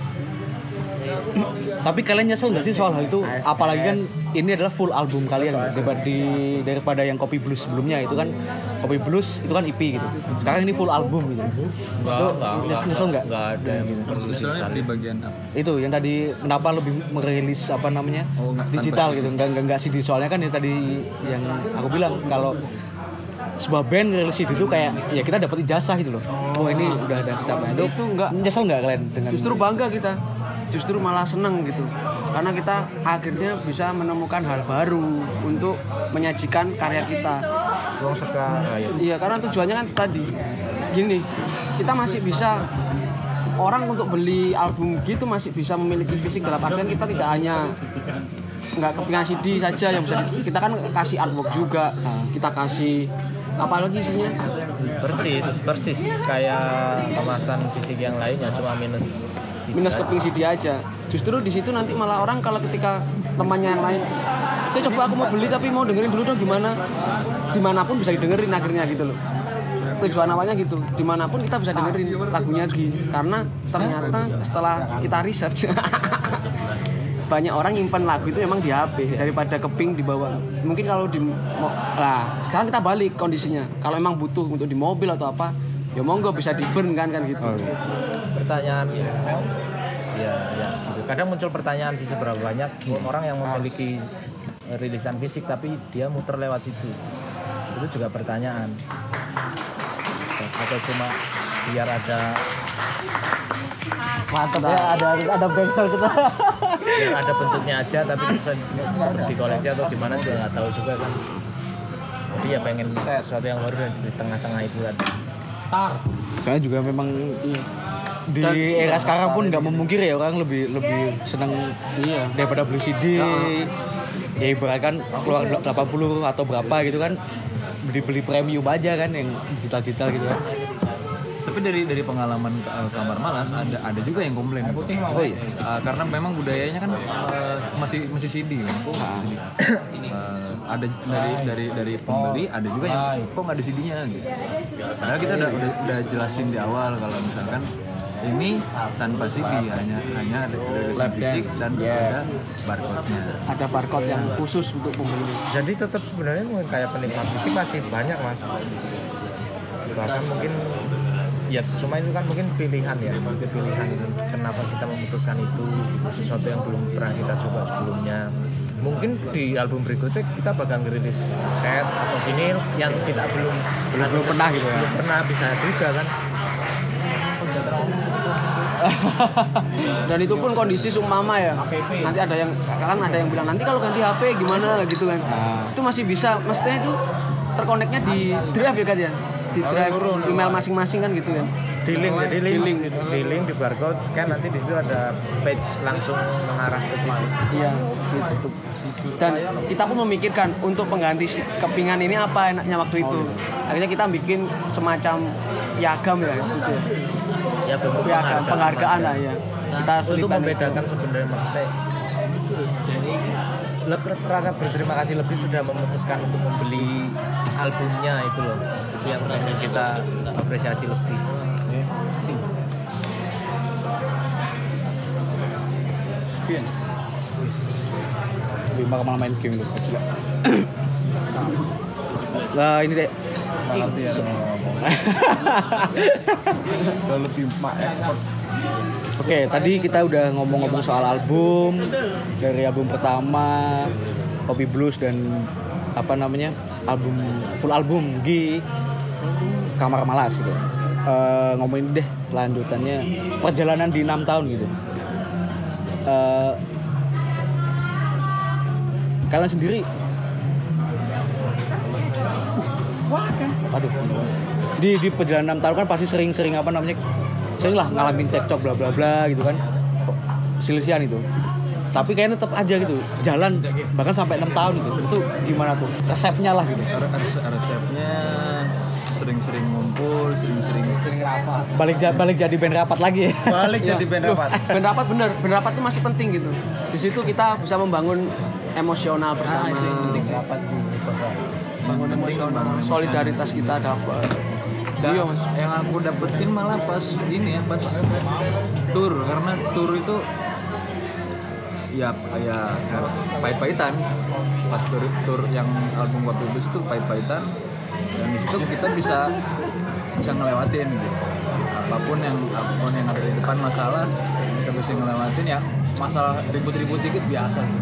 Tapi kalian nyesel nggak sih soal hal itu? Apalagi kan ini adalah full album kalian daripada, di, daripada yang Kopi Blues sebelumnya itu kan Kopi Blues itu kan E P gitu. Sekarang ini full album gitu. Itu nyesel nggak? Nggak ada yang perlu Misalnya disesali. di bagian apa? Itu yang tadi kenapa lebih merilis apa namanya Oh, nggak- digital tanpa gitu, nggak nggak nggak C D soalnya kan yang tadi yang aku bilang kalau sebuah band rilis C D itu kayak ya kita dapat ijazah gitu loh. Oh ini udah ada capaian itu. Itu nggak. Nyesel nggak kalian dengan Justru bangga kita. Justru malah seneng gitu. Karena kita akhirnya bisa menemukan hal baru untuk menyajikan karya kita. Wong sekarang ya. Iya, karena tujuannya kan tadi gini, kita masih bisa orang untuk beli album gitu masih bisa memiliki fisik dalam artian kita tidak hanya nggak kepingan C D saja yang bisa di- kita kan kasih artwork juga, kita kasih apa lagi isinya? persis persis kayak kemasan fisik yang lainnya, cuma minus Minus keping C D aja. Justru di situ nanti malah orang kalau ketika temannya yang lain, saya coba aku mau beli tapi mau dengerin dulu dong gimana, dimanapun bisa didengerin akhirnya gitu loh. Tujuan awalnya gitu, dimanapun kita bisa dengerin lagunya Gi, karena ternyata setelah kita research banyak orang nyimpen lagu itu memang di H P daripada keping di bawah. Mungkin kalau di mo- lah sekarang kita balik kondisinya, kalau emang butuh untuk di mobil atau apa ya monggo bisa di burn kan kan gitu. pertanyaan ya ya gitu. Kadang muncul pertanyaan sih seberapa banyak orang yang memiliki rilisan fisik tapi dia muter lewat situ, itu juga pertanyaan. Atau cuma biar ada mantap ya ada ada backsel kita. biar ada bentuknya aja tapi bisa dikoleksi atau gimana juga nggak tahu juga kan. Jadi ya pengen sesuatu yang baru di tengah-tengah itu kan. Karena juga memang di era sekarang pun nggak memungkiri ya orang lebih lebih senang Iya. daripada beli C D. Ya ibaratkan keluar delapan puluh atau berapa gitu kan, beli-beli premium aja kan yang digital-digital gitu kan. Tapi dari dari pengalaman uh, kamar malas ada ada juga yang komplain. Oh iya. Uh, karena memang budayanya kan uh, masih masih C D. Kan? Uh, ada dari dari dari pembeli ada juga yang kok nggak ada C D-nya gitu. Padahal kita udah udah, udah jelasin di awal kalau misalkan ini tanpa C D, hanya hanya ada rilisan fisik dan ada barcode-nya. Ada barcode yang khusus untuk pembeli. Jadi tetap sebenarnya mungkin kayak penikmat musik masih banyak mas. Bahkan mungkin ya semua itu kan mungkin pilihan ya, mungkin pilihan kenapa kita memutuskan itu, itu sesuatu yang belum pernah kita coba sebelumnya. Mungkin di album berikutnya kita bakal ngerilis set atau vinyl yang kita belum Belum belum pernah gitu ya. belum pernah bisa juga kan. Dan itu pun kondisi sumpama ya. Nanti ada yang kan ada yang bilang nanti kalau ganti H P gimana gitu kan. Nah. Itu masih bisa, maksudnya itu terkoneknya di drive ya kan ya. Di drive email masing-masing kan gitu kan. Di link jadi link, Di link gitu. di link di barcode scan nanti di situ ada page langsung mengarah ke situ. Iya, gitu. Dan kita pun memikirkan untuk pengganti si- kepingan ini apa enaknya waktu itu. Akhirnya kita bikin semacam piagam ya gitu. Ya bentuk Piagam penghargaan lah ya. Kita Untuk selipkan membedakan sebenarnya maksudnya lebih rasa berterima kasih lebih sudah memutuskan untuk membeli albumnya itu loh. Itu yang pengen kita apresiasi lebih. Sekian. Lebih malah main game lu kecil. Lah ini deh. Nanti ya ngomong. Udah lebih mak ekspor. Oke, tadi kita udah ngomong-ngomong soal album, dari album pertama Kopi Blues dan apa namanya album full album G Kamar Malas gitu. Uh, ngomongin deh lanjutannya perjalanan di enam tahun gitu. Uh, kalian sendiri, aduh, di di perjalanan enam tahun kan pasti sering-sering apa namanya sering lah ngalamin cekcok bla bla bla gitu kan, selisihan itu. Tapi kayaknya tetap aja gitu jalan bahkan sampai enam tahun gitu. Itu gimana tuh resepnya lah gitu? Res- resepnya sering-sering ngumpul, sering-sering sering rapat. Balik ja- balik jadi band rapat lagi ya. Balik Iya. jadi band Loh, rapat. band rapat bener, band rapat itu masih penting gitu. Di situ kita bisa membangun emosional bersama. Rapat di Bangun emosional, solidaritas kita dapat. Dan Iya mas. yang aku dapetin malah pas ini ya, pas tour, karena tour itu ya ya pahit-pahitan. Pas tour, tour yang album Kopi Blues itu pahit-pahitan, dan di situ kita bisa bisa ngelewatin gitu. Apapun yang apapun yang ada di depan masalah, kita bisa ngelewatin ya. Masalah ribut-ribut dikit biasa sih.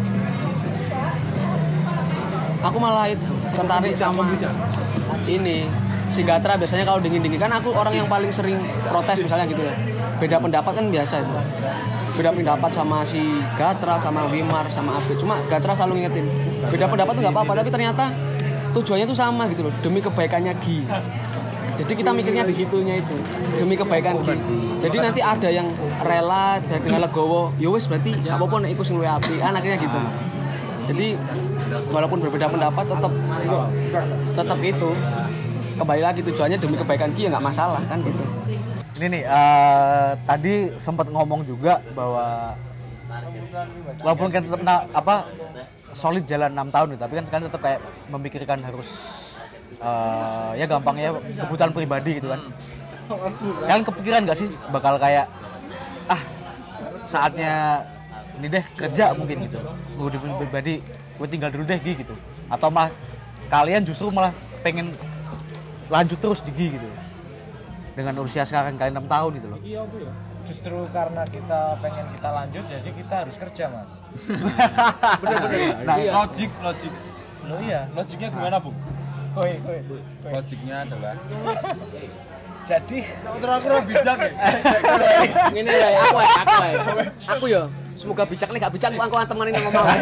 Aku malah itu tertarik sama ini si Gatra. Biasanya kalau dingin-dingin kan aku orang yang paling sering protes misalnya gitu ya. Beda pendapat kan biasa itu. Beda pendapat sama si Gatra, sama Wimar, sama Abid. Cuma Gatra selalu ngingetin beda pendapat tuh nggak apa-apa, tapi ternyata tujuannya tuh sama gitu loh, demi kebaikannya Gi. Jadi kita mikirnya di situnya itu demi kebaikan Gi. Jadi nanti ada yang rela dengan legowo, ya wis berarti apapun ikut sing luwih apik. Anaknya gitu. Jadi walaupun berbeda pendapat tetap tetap itu kembali lagi tujuannya demi kebaikan Ki ya nggak masalah kan gitu. Ini nih uh, tadi sempat ngomong juga bahwa walaupun kan tetap na- apa solid jalan enam tahun nih, tapi kan kan tetap kayak memikirkan harus uh, ya gampangnya kebutuhan pribadi gitu kan. Kalian kepikiran nggak sih bakal kayak ah saatnya ini deh kerja mungkin gitu, kebutuhan pribadi gue tinggal dulu deh Gi gitu, atau malah kalian justru malah pengen lanjut terus di Gi gitu dengan usia sekarang kalian enam tahun gitu loh. Justru karena kita pengen kita lanjut jadi kita harus kerja mas. Bener-bener. Nah, Iya. Logik, logik. Oh iya. Logiknya gimana, Bu? Koi koi. Logiknya adalah Jadi terus aku bijak ya. Ini ya aku ya, aku ya. Aku ya. Semoga bijak nih, gak bijak aku temenin yang ngomong.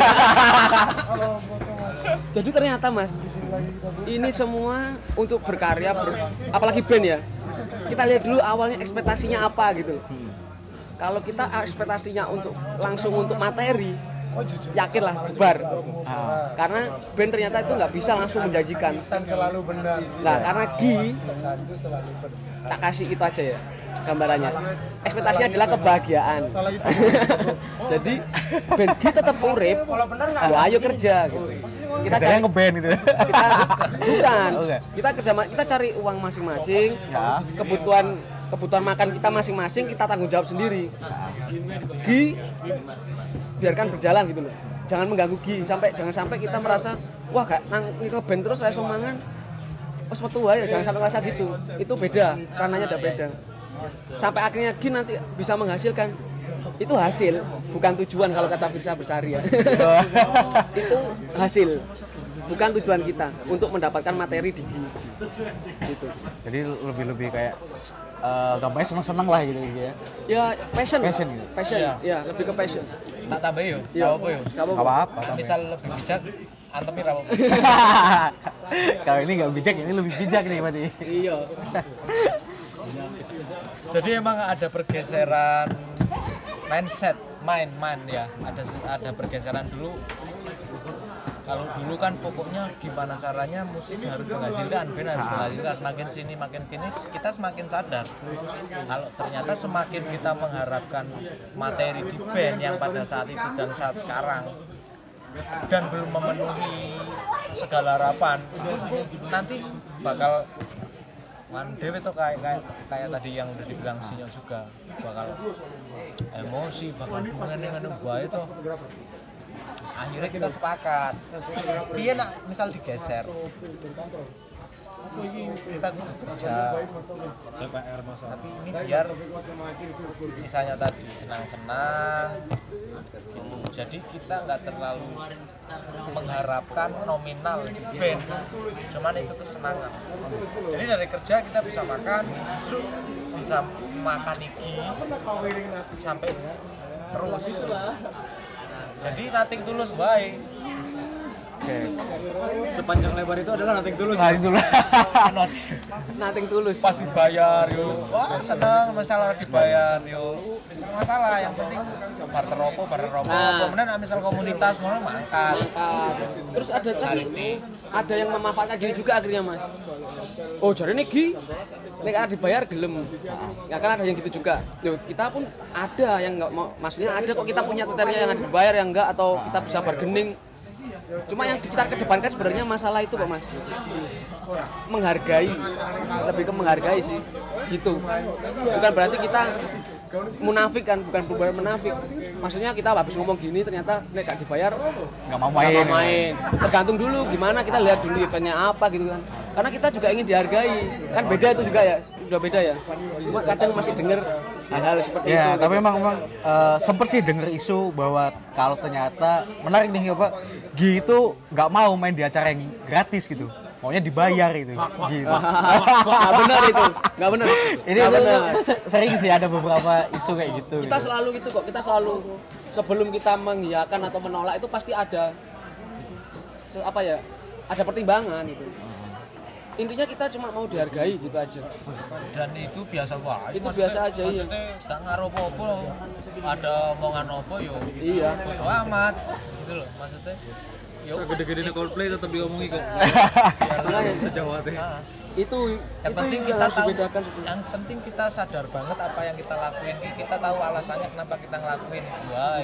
Jadi ternyata mas, ini semua untuk berkarya, ber, apalagi band ya. Kita lihat dulu awalnya ekspektasinya apa gitu. kalau kita ekspektasinya untuk langsung untuk materi, yakinlah bubar. Nah, karena band ternyata itu nggak bisa langsung menjanjikan. Selalu benar. Nah, karena Gi Pesan itu selalu benar. tak kasih itu aja ya gambarannya. Ekspektasinya adalah kebahagiaan. Salah itu. Jadi band Gi tetap urip. Ya ayo kerja gitu. Kita Kerjanya cari ngeband gitu. kita bukan. Oke. Kita kerja kita cari uang masing-masing. Ya. Kebutuhan kebutuhan makan kita masing-masing kita tanggung jawab sendiri. Gi biarkan berjalan gitu loh. Jangan mengganggu Gi sampai jangan sampai kita merasa wah gak nang ke band terus reso mangan. Wes metu wae jangan sampai merasa gitu. Itu beda, rananya udah beda. Sampai akhirnya Gi nanti bisa menghasilkan itu hasil, bukan tujuan kalau kata Firsa Bersari ya. Itu hasil, bukan tujuan kita untuk mendapatkan materi di Gi. Gitu. Jadi lebih-lebih kayak uh, gampangnya seneng-seneng lah gitu, gitu ya. Ya passion, Passion gitu. passion, ya lebih ke passion. Tak tambah yo. Iya. Tahu apa yo? Gak apa-apa. Gak apa-apa. Misal lebih bijak, antemi ra apa. Kalau ini nggak bijak, ini lebih bijak nih berarti. Iya. Jadi emang ada pergeseran mindset, mind, mind ya. Ada ada pergeseran dulu. Kalau dulu kan pokoknya gimana caranya musik harus menghasilkan, band harus menghasilkan. Semakin sini makin sini kita semakin sadar. Kalau ternyata semakin kita mengharapkan materi di band yang pada saat itu dan saat sekarang dan belum memenuhi segala harapan, nanti bakal Wan Dewi tuh kayak kayak kayak tadi yang udah dibilang Sinyo juga bakal emosi, bakal mengenai bae itu. Akhirnya kita sepakat. Dia nak misal digeser. Kita kudu kerja. Tapi ini biar sisanya tadi senang-senang. Gitu. Jadi kita nggak terlalu mengharapkan nominal di band. Cuman itu kesenangan. Jadi dari kerja kita bisa makan, justru bisa makan iki sampai terus. Jadi nothing tulus baik. Oke. Sepanjang lebar itu adalah nothing tulus. Nah, itu lah. Nothing tulus. Pas dibayar yo, wah seneng masalah dibayar yo. Masalah yang penting barter rokok, barter rokok. Nah. Kemudian misal komunitas mau mangkat. Mangkat. Terus ada tapi ada yang memanfaatkan gini juga akhirnya Mas. Oh jadi ini Gi, nek ada dibayar gelem. Ya kan ada yang gitu juga. Yo, kita pun ada yang nggak mau, maksudnya ada kok kita punya kriteria yang ada dibayar yang enggak atau kita bisa bargaining. Cuma yang kita kedepankan sebenarnya masalah itu Pak Mas, menghargai, lebih ke menghargai sih, gitu. Bukan berarti kita munafik kan, bukan benar menafik. Maksudnya kita habis ngomong gini ternyata nek gak dibayar Nggak mau main. nggak mau main. Tergantung dulu gimana, kita lihat dulu eventnya apa gitu kan. Karena kita juga ingin dihargai, kan beda itu juga ya, udah beda ya. Cuma kadang masih denger hal-hal seperti itu. Ya, tapi memang memang uh, sempet sih denger isu bahwa kalau ternyata menarik nih ya Pak, Gi itu nggak mau main di acara yang gratis gitu, maunya dibayar itu. Gitu. Nggak benar itu, nggak benar. Ini Nggak itu, benar. itu sering sih ada beberapa isu kayak gitu. Kita gitu. selalu gitu kok, kita selalu sebelum kita mengiyakan atau menolak itu pasti ada se- apa ya, ada pertimbangan gitu. Intinya kita cuma mau dihargai gitu aja. Dan itu biasa wae. Itu biasa aja, iya. Maksudnya gak ngaruh apa-apa. Ada omongan apa yo. Iya. Bodo amat gitu loh maksudnya. Yo Gede-gedenya Coldplay tetap diomongi kok. Makanya Sejauh hati. Nah, itu yang itu penting yang kita harus tahu, dibedakan. yang penting kita sadar banget apa yang kita lakuin. Kita tahu alasannya kenapa kita ngelakuin itu wae.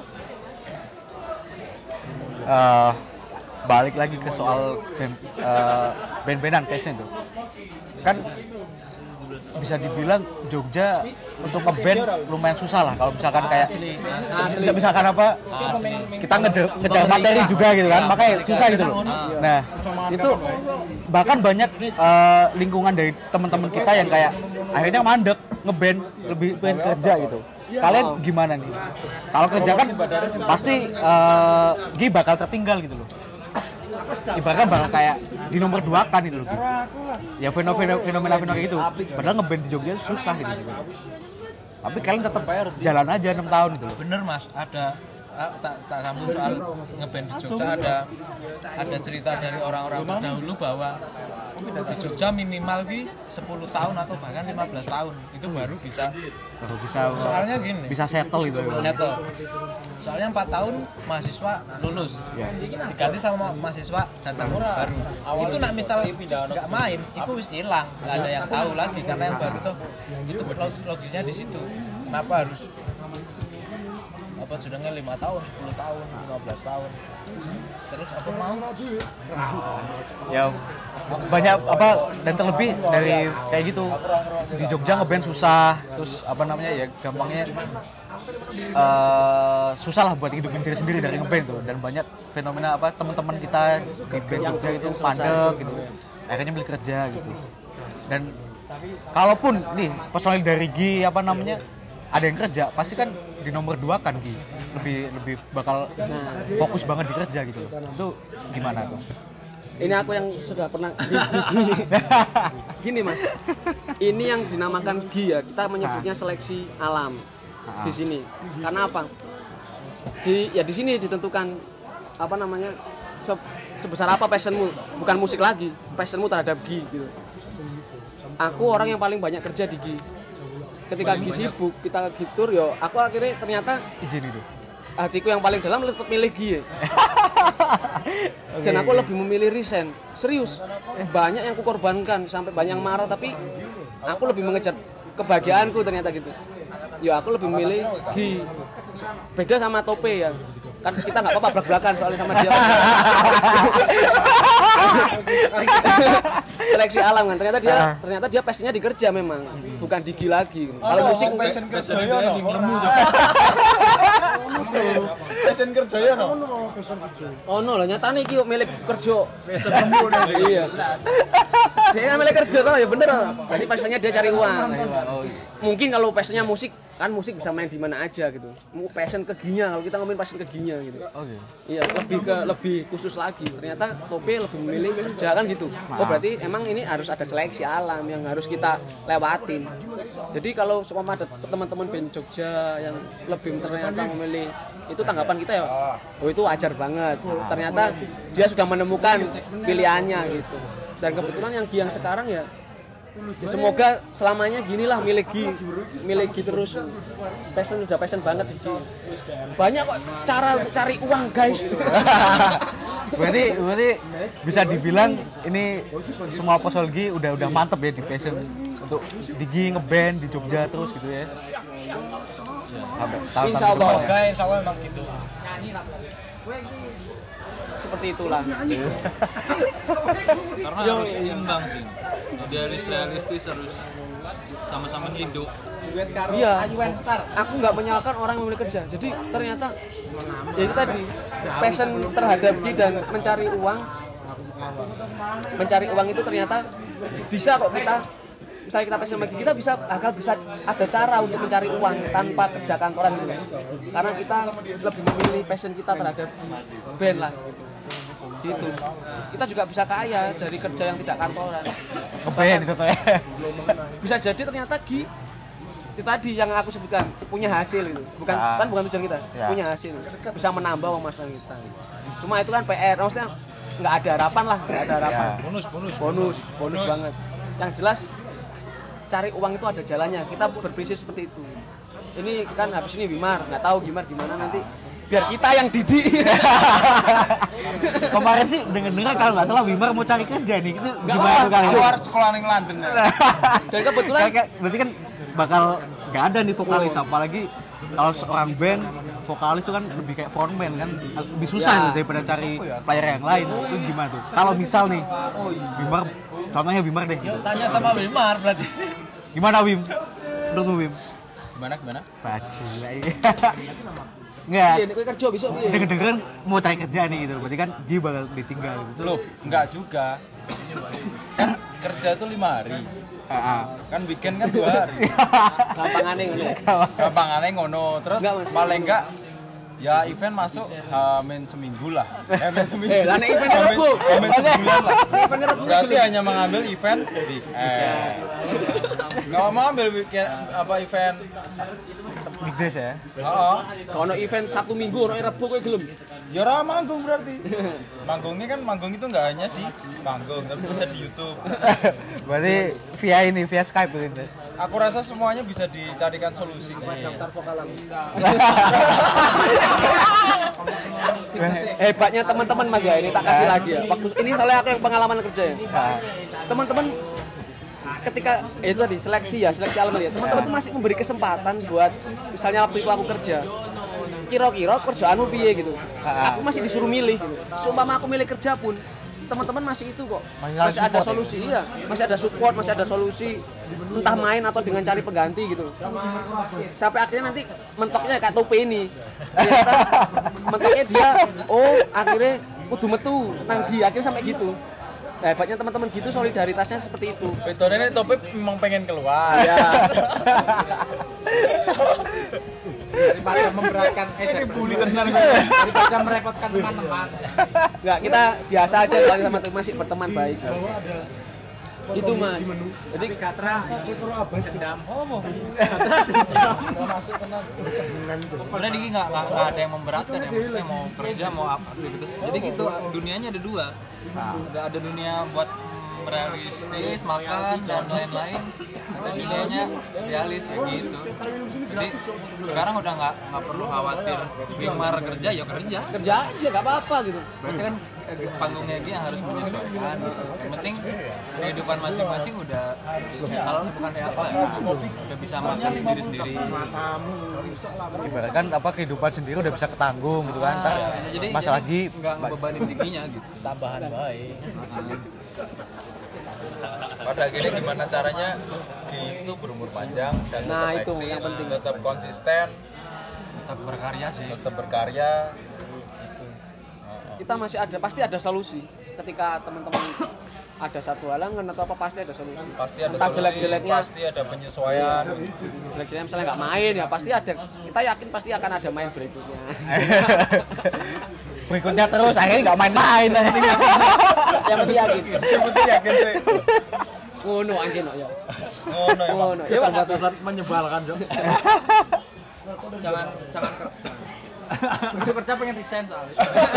Uh, balik lagi ke soal band, uh, band-bandan passion tuh kan bisa dibilang Jogja untuk ngeband lumayan susah lah kalau misalkan kayak Asli, asli. misalkan apa Asli. kita ngejar, ngejar materi juga gitu kan makanya susah gitu loh. Nah itu bahkan banyak uh, lingkungan dari teman-teman kita yang kayak akhirnya mandek ngeband lebih pengen kerja gitu. Kalian gimana nih? Kalau kerja kan pasti uh, Gi bakal tertinggal gitu loh. Ibaratnya bakal kayak di nomor dua kan itu loh. Ya fenomena-fenomena gitu. Padahal ngeband di Jogja susah gitu. Tapi kalian tetap jalan aja enam tahun gitu loh. Bener Mas, ada ah, tak tak sambung soal ngeband di Jogja ada ada cerita dari orang-orang terdahulu bahwa di Jogja minimal ki sepuluh tahun atau bahkan lima belas tahun itu baru bisa Baru bisa soalnya gini bisa settle itu. settle soalnya empat tahun mahasiswa lulus Ya. diganti sama mahasiswa datang baru itu nak misal nggak main itu wis hilang nggak ada yang tahu lagi karena yang baru tuh itu log- logisnya di situ kenapa harus apa judulnya lima tahun sepuluh tahun lima belas tahun terus apa mau Ya banyak apa dan terlebih dari kayak gitu di Jogja ngeband susah terus apa namanya ya gampangnya eh, susah lah buat hidupin diri sendiri dari ngeband tuh dan banyak fenomena apa teman-teman kita di band Jogja itu pandek gitu akhirnya beli kerja gitu dan kalaupun nih personil dari G apa namanya ada yang kerja pasti kan di nomor dua kan Gi lebih lebih bakal fokus banget di kerja gitu itu gimana tuh? Ini aku yang sudah pernah di, di, gini. Gini mas, ini yang dinamakan G ya, kita menyebutnya seleksi alam di sini. Karena apa? Di ya di sini ditentukan apa namanya se, sebesar apa passionmu, bukan musik lagi, passionmu terhadap G gitu. Aku orang yang paling banyak kerja di G. Ketika G sibuk, kita gitur yo, aku akhirnya ternyata Izin itu. hatiku yang paling dalam tetap milih G ya. Dan aku lebih memilih resign. Serius, banyak yang kukorbankan sampai banyak yang marah tapi aku lebih mengejar kebahagiaanku ternyata gitu. Ya aku lebih memilih G. Beda sama Tope ya. Kan kita nggak apa-apa belak-belakan soalnya sama dia. Seleksi alam kan ternyata dia ternyata dia passionnya di kerja memang bukan di G lagi. Kalau musik passion kerja ya no. Passion kerja ya no. oh no lah nyatane iki yuk milik kerja. Iya. Dia kan milik kerja toh ya bener. Berarti passionnya dia cari uang. Mungkin kalau passionnya musik kan musik bisa main di mana aja gitu. Mau passion ke G-nya kalau kita ngomongin passion ke G-nya gitu. Oke. Iya, lebih ke lebih khusus lagi. Ternyata Tope lebih memilih kerja kan gitu. Oh berarti emang ini harus ada seleksi alam yang harus kita lewatin. Jadi kalau seumpama ada teman-teman band Jogja yang lebih ternyata memilih itu tanggapan kita ya, oh itu wajar banget. Ternyata dia sudah menemukan pilihannya gitu. Dan kebetulan yang G yang sekarang ya ya semoga selamanya ginilah milih G, milih G terus. Passion sudah passion banget di G. Banyak kok cara untuk cari uang guys. berarti berarti bisa dibilang ini semua personil G udah udah mantep ya di passion untuk di G ngeband di Jogja terus gitu ya. Sampai tahun Insya Allah. semoga insya Allah emang gitu Seperti itulah. Karena harus imbang sih. Jadi harus realistis, harus sama-sama hidup. Iya, aku nggak menyalahkan orang yang memilih kerja. Jadi ternyata ya itu tadi passion terhadap G dan mencari uang, mencari uang itu ternyata bisa kok kita. Misalnya kita passion sama G, kita bisa akal bisa ada cara untuk mencari uang tanpa kerja kantoran gitu. Karena kita lebih memilih passion kita terhadap band lah. Gitu. Kita juga bisa kaya dari kerja yang tidak kantoran. ngeband itu tuh ya. Bisa jadi ternyata G itu tadi yang aku sebutkan punya hasil itu bukan Ya. kan bukan tujuan kita Ya. punya hasil bisa menambah uang masa kita cuma itu kan P R maksudnya nggak ada harapan lah nggak ada harapan Ya. bonus bonus bonus bonus banget yang jelas cari uang itu ada jalannya kita berprinsip seperti itu ini kan habis ini Wimar nggak tahu gimana gimana nanti biar kita yang didik. Kemarin sih dengar-dengar kalau nggak salah Wimar mau cari kerja nih itu Nggak gimana tuh kali keluar sekolah ning London ya. Dan kebetulan Kayak- berarti kan bakal nggak ada nih vokalis apalagi kalau seorang band vokalis itu kan lebih kayak frontman kan lebih susah Ya. tuh daripada cari player yang lain itu gimana tuh kalau misal nih Wimar contohnya Wimar deh Yuk tanya sama Wimar berarti. gimana Wim menurutmu Wim Gimana gimana? bajingan nggak iya, ini kowe kerja besok piye? denger-denger mau cari kerja nih gitu berarti kan dia bakal ditinggal gitu Loh, enggak juga. Kan kerja itu lima hari. Ah, ah. Kan weekend kan dua hari. Gampangane ngono. Gampangannya ngono. Terus Enggak, Mas. paling enggak ya event masuk uh, main seminggu lah. Eh, main seminggu. Eh, lah nek event Main- Rebo. main sebulan lah. Event Rebo. Berarti hanya mengambil event weekend. Kalau mau ambil bikin apa event. Weekdays ya. Heeh. Kalau ono event Sabtu Minggu, ono Rebo kowe gelem. Ya ora manggung berarti. Manggungnya kan manggung itu enggak hanya di panggung, tapi bisa di YouTube. Berarti via ini, via Skype gitu. Aku rasa semuanya bisa dicarikan solusi. Daftar vokalan. Hebatnya teman-teman Mas ya, ini tak kasih lagi ya. Waktu ini soalnya aku yang pengalaman kerja ya. Teman-teman ketika eh, itu tadi seleksi ya, seleksi alumni ya. Teman-teman tuh masih memberi kesempatan buat misalnya waktu itu aku kerja. Kira-kira kerjaanmu piye gitu. Aku masih disuruh milih gitu. Seumpama aku milih kerja pun teman-teman masih itu kok. Masih ada solusi iya, masih ada support, masih ada solusi entah main atau dengan cari pengganti gitu. Sampai akhirnya nanti mentoknya kayak Tope ini. Ternyata mentoknya dia oh akhirnya kudu metu nang di akhirnya sampai gitu. Nah, hebatnya teman-teman gitu solidaritasnya seperti itu. Betul ini Tope memang pengen keluar. Ya. Daripada memberatkan eh dibully tenan daripada merepotkan teman-teman. Enggak, kita biasa aja kalau sama teman masih berteman baik. Itu Mas. Jadi Katra dendam. Oh, Karena ini nggak nggak nggak ada yang memberatkan ya, maksudnya mau kerja mau apa gitu. Jadi gitu dunianya ada dua, nggak ada dunia buat realistis makan dan lain-lain, ada dunianya realis ya gitu. Jadi sekarang udah nggak nggak perlu khawatir Bimar kerja ya kerja. kerja aja enggak apa-apa gitu. Berarti kan eh, panggungnya dia harus menyesuaikan. Yang penting kehidupan masing-masing udah settle, bukan kayak apa ya, udah bisa makan sendiri-sendiri. Ibarat kan apa kehidupan sendiri udah bisa ketanggung gitu kan. Ntar Ya, jadi masa jadi lagi nggak ngebebanin giginya gitu. Tambahan baik. Pada akhirnya gimana caranya Gi itu berumur panjang dan Nah, tetap itu eksis, yang penting. tetap konsisten, Tetap berkarya sih. tetap berkarya. Kita masih ada pasti ada solusi ketika teman-teman ada satu halangan atau apa pasti ada solusi. Pasti ada Entah solusi, jelek-jeleknya, pasti ada penyesuaian. jelek-jeleknya misalnya nggak main ya pasti ada. Kita yakin pasti akan ada main berikutnya. berikutnya terus akhirnya nggak main-main. Yang penting yakin. Yang penting yakin sih. Ngono anjir no ya. Ngono emang. Ngono. Ya Pak. Batasan menyebalkan, Jok. Jangan jangan kerja. Itu kerja pengen resign soalnya.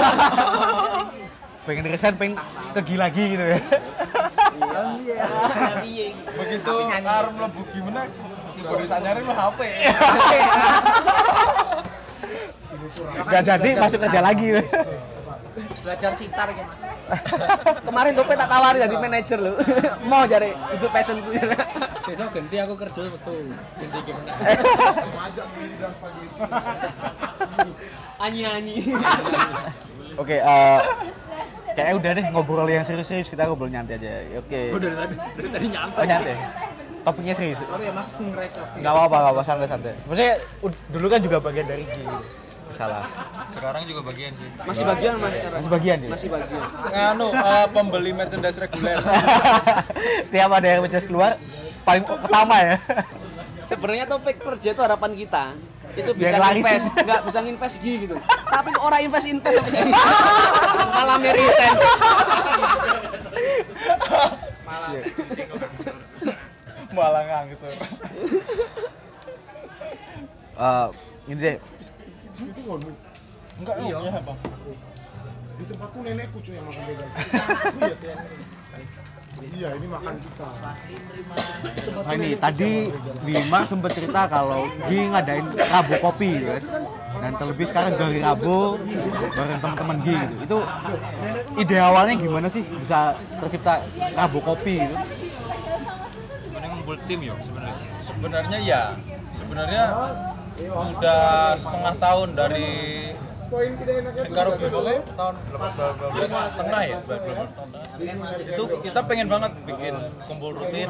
pengen resign, pengen pergi lagi gitu ya. Iya. Begitu arep mlebu gimana? Baru sanyarin lu H P. Gak jadi masuk kerja lagi. Belajar sitar ya, Mas. Kemarin Tope tak tawari jadi manajer lu. Mau jare itu passion ku. Besok ganti aku kerja betul. Ganti gimana? Anyi-anyi. Oke, eh kayaknya udah deh ngobrol yang serius-serius, kita ngobrol nyantai aja. Oke. Oh, dari tadi dari tadi nyantai. Oh, nyantai. Topiknya serius. Sorry ya, Mas, ngerecok. Enggak apa-apa, enggak apa-apa, santai-santai. Maksudnya ud- dulu kan juga bagian dari G. Salah. Sekarang juga bagian sih. Masih bagian Mas sekarang. Masih bagian ya? Masih bagian. Nganu eh, pembeli merchandise reguler. Tiap ada yang menjas keluar paling pertama ya. Sebenarnya topik kerja itu harapan kita. Itu bisa Biar laris. invest, enggak bisa invest G gitu. Tapi orang invest invest sampai sini. Malah resign. Malah Malah ngangsur. Eh, ini deh. Enggak, iya apa? Di tempatku nenekku cuy yang makan vegan. Iya, ini makan kita. Nah ini tadi Bima sempat cerita kalau Gi ngadain Rabu Kopi gitu kan. Dan terlebih sekarang dari Rabu bareng teman-teman Gi gitu. Itu ide awalnya gimana sih bisa tercipta Rabu Kopi gitu? Ini ngumpul tim yo sebenarnya. Sebenarnya ya. Sebenarnya udah setengah tahun dari Karo Bimo kayak tahun delapan belas setengah ya, dua belas setengah. Itu kita pengen banget bikin kumpul rutin.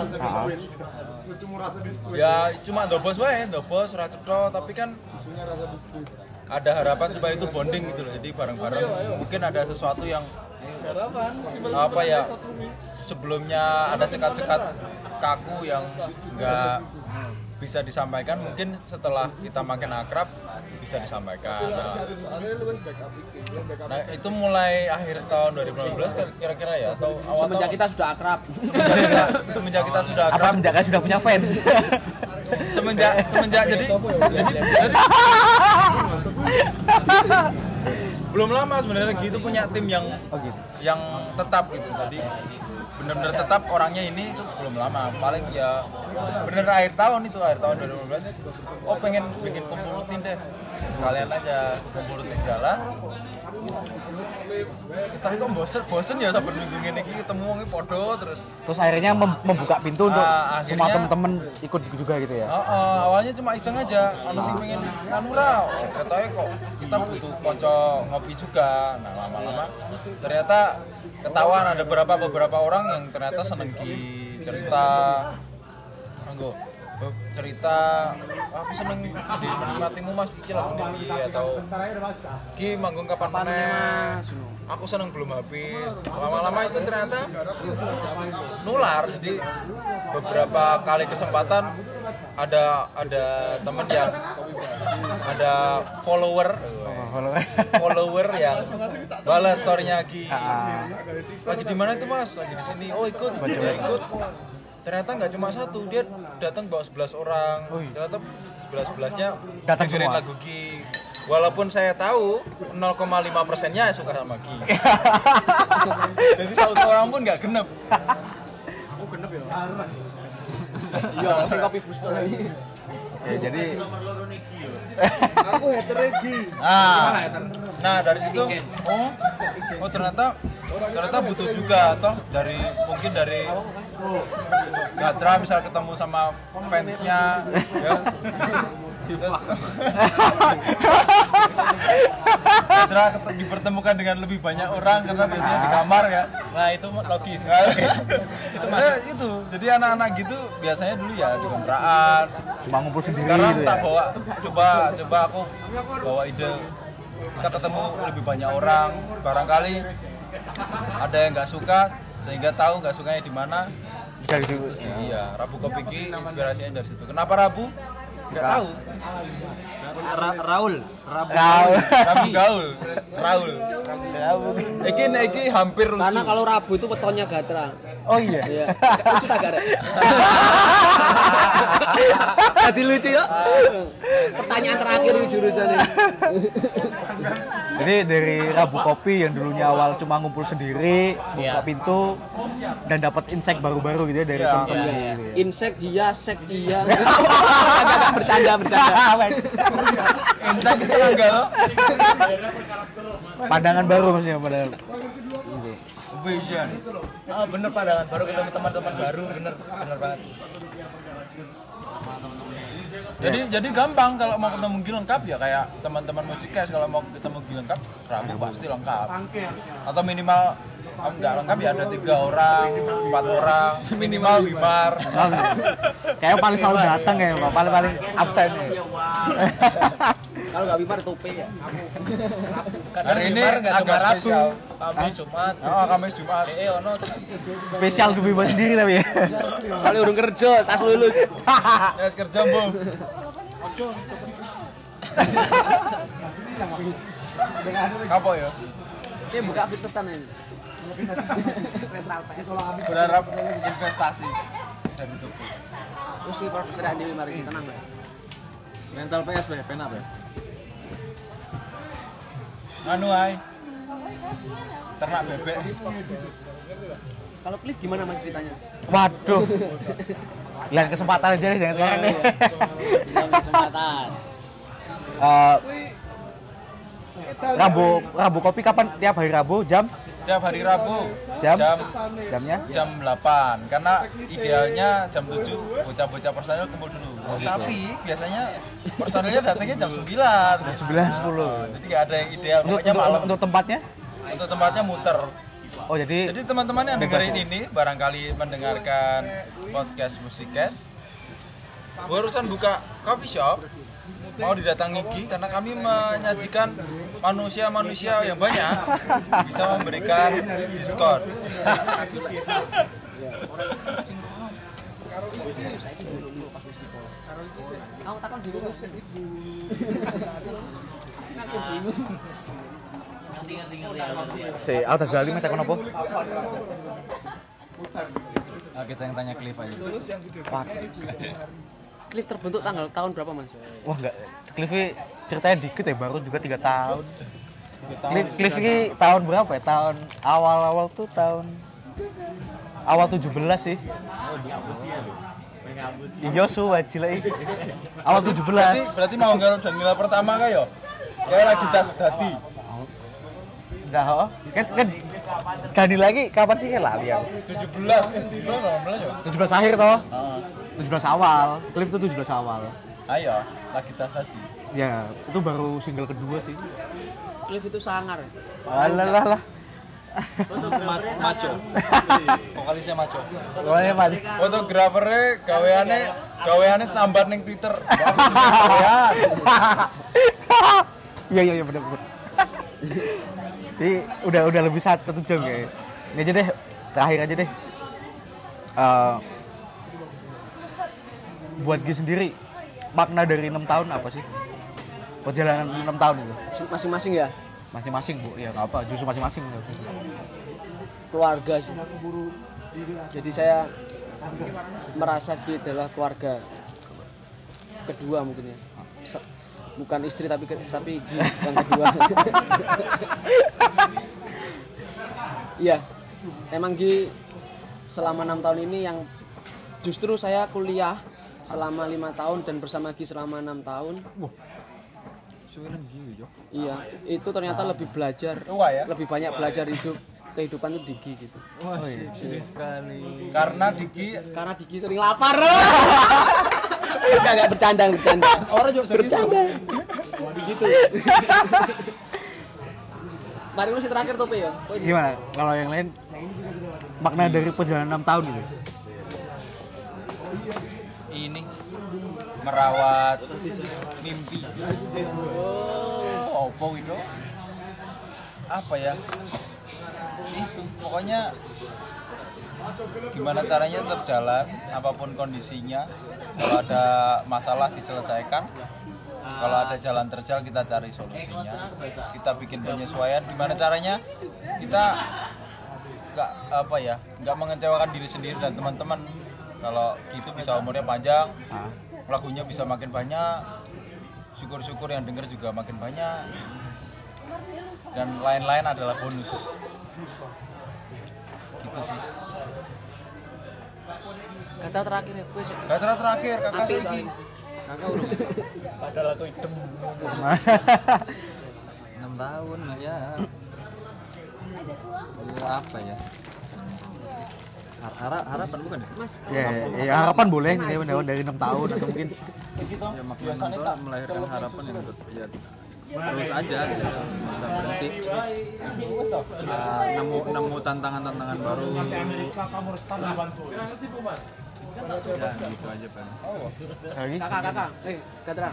Ya cuma dobos wae, dobos ora cetha, tapi kan ada harapan supaya itu bonding gitu loh. Jadi bareng-bareng mungkin ada sesuatu yang apa ya, sebelumnya ada sekat-sekat kaku yang enggak bisa disampaikan mungkin setelah kita makin akrab bisa disampaikan. Nah, nah itu mulai akhir tahun dua ribu lima belas kira-kira ya atau awal Semenjak tahun, kita sudah akrab. semenjak, semenjak kita sudah Apa akrab semenjak sudah punya fans? semenjak semenjak jadi, jadi, jadi belum lama sebenarnya gitu punya tim yang Oh gitu. yang tetap gitu. Jadi benar-benar tetap orangnya ini itu belum lama, paling ya bener akhir tahun itu akhir tahun dua ribu lima belas. Oh pengen bikin kumpul rutin deh, sekalian aja kumpul rutin jalan. Tapi kok bosen bosen ya sampai minggu ini ketemu wong podo terus. Terus akhirnya mem- membuka pintu untuk Ah, semua akhirnya- teman-teman ikut juga gitu ya. Oh, oh, awalnya cuma iseng aja, ono sing pengen anu ra, katanya kok kita butuh konco ngopi juga. Nah, lama-lama ternyata ketahuan ada beberapa beberapa orang yang ternyata seneng ki cerita. Anggo cerita aku seneng sedih matimu mas iki lagu iki atau ki manggung kapan Kapan meneh Mas? aku seneng belum habis. Lama-lama itu ternyata nular, jadi beberapa kali kesempatan ada ada temen yang ada follower follower yang balas story-nya Ki. Lagi di mana itu mas? Lagi di sini. Oh ikut, ya ikut. Ternyata nggak cuma satu, dia datang bawa sebelas orang. Ternyata sebelas sebelasnya Datang dengerin semua. lagu Ki. Walaupun saya tahu nol koma lima persennya suka sama Ki. Jadi satu orang pun nggak genep. Iya, sing kopi booster ini. Ya jadi Aku hater Regi. Nah, nah dari itu, oh, oh ternyata ternyata butuh juga toh dari mungkin dari Gatra misal ketemu sama fansnya, ya. Terus Gatra ket- dipertemukan dengan lebih banyak orang karena biasanya di kamar ya. Nah itu logis. Nah, itu nah, itu. Jadi anak-anak gitu biasanya dulu ya di kontrakan. cuma ngumpul sendiri Sekarang gitu tak ya. bawa, coba coba aku bawa ide kita ketemu lebih banyak orang, barangkali ada yang nggak suka sehingga tahu nggak sukanya di mana. Dari Itu situ. sih iya, Rabu Kopi Ki inspirasinya dari situ. Kenapa Rabu? Nggak tahu. Ra- Raul, Rabu. Raul. Rabu gaul, Raul. Raul. Iki iki hampir lucu. Karena kalau Rabu itu wetonnya Gatra. Oh iya. Iya. Lucu tak Gara? Tadi lucu ya. Pertanyaan terakhir di jurusan ini. Jadi dari Rabu Kopi yang dulunya awal cuma ngumpul sendiri, buka Iya. pintu dan dapat insight baru-baru gitu ya dari Iya. teman-teman. Iya, gitu ya. insek iya, sek iya. Agak bercanda bercanda. Entah kita enggak loh. Pandangan baru maksudnya pandangan. Vision. Oh bener pandangan baru ketemu teman-teman baru bener bener banget. Jadi jadi gampang kalau mau ketemu Gi lengkap ya kayak teman-teman musikes kalau mau ketemu Gi lengkap Rabu pasti lengkap. Atau minimal kalau nggak lengkap ya ada tiga orang, empat orang, minimal Wimar. Kayak paling selalu datang ya, Pak. Paling paling absen ya. Kalau nggak Wimar tope ya. Karena Hari ini Wimar nggak cuma agak Rabu, spesial. Kamis Jumat. Oh, Kamis Jumat. Eh ono Spesial ke Bima sendiri tapi ya. Soalnya urung kerja, tas lulus. Ya kerja Bung. Kapok ya? Ini buka fitnessan ini. Berharap investasi dari toko. Terus si produser Andi Wimar ini tenang Mbak. Mental P S P, pen apa ya? Anu ay. Ternak bebek. Kalau Cliff gimana Mas ceritanya? Waduh. Lain kesempatan aja deh jangan sekarang deh. Yang kesempatan. Eh, Rabu Rabu Kopi kapan? Tiap hari Rabu jam Tiap hari Rabu Jam? jam jamnya? jam delapan karena idealnya jam tujuh bocah-bocah personil kumpul dulu. Tapi biasanya personilnya datangnya jam sembilan. sembilan sepuluh. Jadi nggak ada yang ideal, Untuk, pokoknya untuk, malam. untuk tempatnya? Untuk tempatnya muter. Oh jadi Jadi teman-teman yang dengerin ini barangkali mendengarkan podcast Musikes barusan buka coffee shop mau didatangi Gi karena kami menyajikan manusia-manusia yang banyak bisa memberikan diskon. Aku takon diurus. Si, aku tak gali mah takon apa? Ah, kita yang tanya Cliff aja. Cliff terbentuk tanggal tahun berapa, Mas? Wah enggak, Cliff ini ceritanya dikit ya, baru juga tiga tahun. Cliff, Cliff ini tahun berapa ya? Tahun awal-awal tuh tahun awal tujuh belas sih. Iya su wajil lagi. Awal tujuh belas. Berarti, berarti mau ngaro Danila pertama kayak yo. Kayak lagi tas dadi. Enggak, oh. Kan kan Gani lagi kapan sih kayak lali aku? tujuh belas eh tujuh belas delapan belas ya. tujuh belas akhir toh. Heeh. tujuh belas awal. Cliff tuh tujuh belas awal. Ayo, lagi tas dadi. Ya, itu baru single kedua sih. Cliff itu sangar. Alah lah lah. Maco. Vokalisnya Maco. Pokoknya mati. Fotografernya gaweane gaweane sambat ning Twitter. Gawean. Iya iya iya benar benar. Jadi udah udah lebih satu jam kayak. Ini aja deh, terakhir aja deh. Uh, buat Gi sendiri makna dari enam tahun apa sih? Perjalanan enam tahun itu. Masing-masing ya? Masing-masing, Bu. Ya enggak apa, justru masing-masing. Keluarga sih. Jadi saya merasa Gi adalah keluarga kedua mungkin ya. Se- Bukan istri tapi tapi Gi yang kedua. Iya. Emang Gi selama enam tahun ini yang justru saya kuliah selama lima tahun dan bersama Gi selama enam tahun. Iya, itu ternyata lebih belajar, Tua ya? lebih banyak belajar hidup kehidupan itu di Gi gitu. Wah, serius sekali. Karena Diki Karena di Gi sering lapar. Enggak enggak bercanda, bercanda. Orang juga bercanda. Begitu. Mari lu si terakhir tope ya. Kowe Gimana? Kalau yang lain makna dari perjalanan enam tahun gitu. ini merawat mimpi. Oh, apa itu? Apa ya? Itu pokoknya gimana caranya tetap jalan apapun kondisinya. Kalau ada masalah diselesaikan. Kalau ada jalan terjal kita cari solusinya. Kita bikin penyesuaian. Gimana caranya? Kita nggak apa ya, nggak mengecewakan diri sendiri dan teman-teman. Kalau gitu bisa umurnya panjang, lagunya bisa makin banyak, syukur-syukur yang denger juga makin banyak, dan lain-lain adalah bonus. Gitu sih. kata terakhir ya, kowe. Kata terakhir kakak Apik Segi. soalnya. Kakak urung. Padahal aku hitam. enam tahun ya. Ya apa ya? Har- harap harapan bukan ya? Mas, Ya, ya, ya harapan boleh nih dari, dari enam tahun atau mungkin Ya makna enam tahun melahirkan harapan yang tetap ya terus aja gitu. Bisa berhenti. Ya, nemu nemu tantangan-tantangan baru. Amerika kamu harus tahu bantu. Ya gitu aja Pak. lagi. kakak kakak, eh Katra.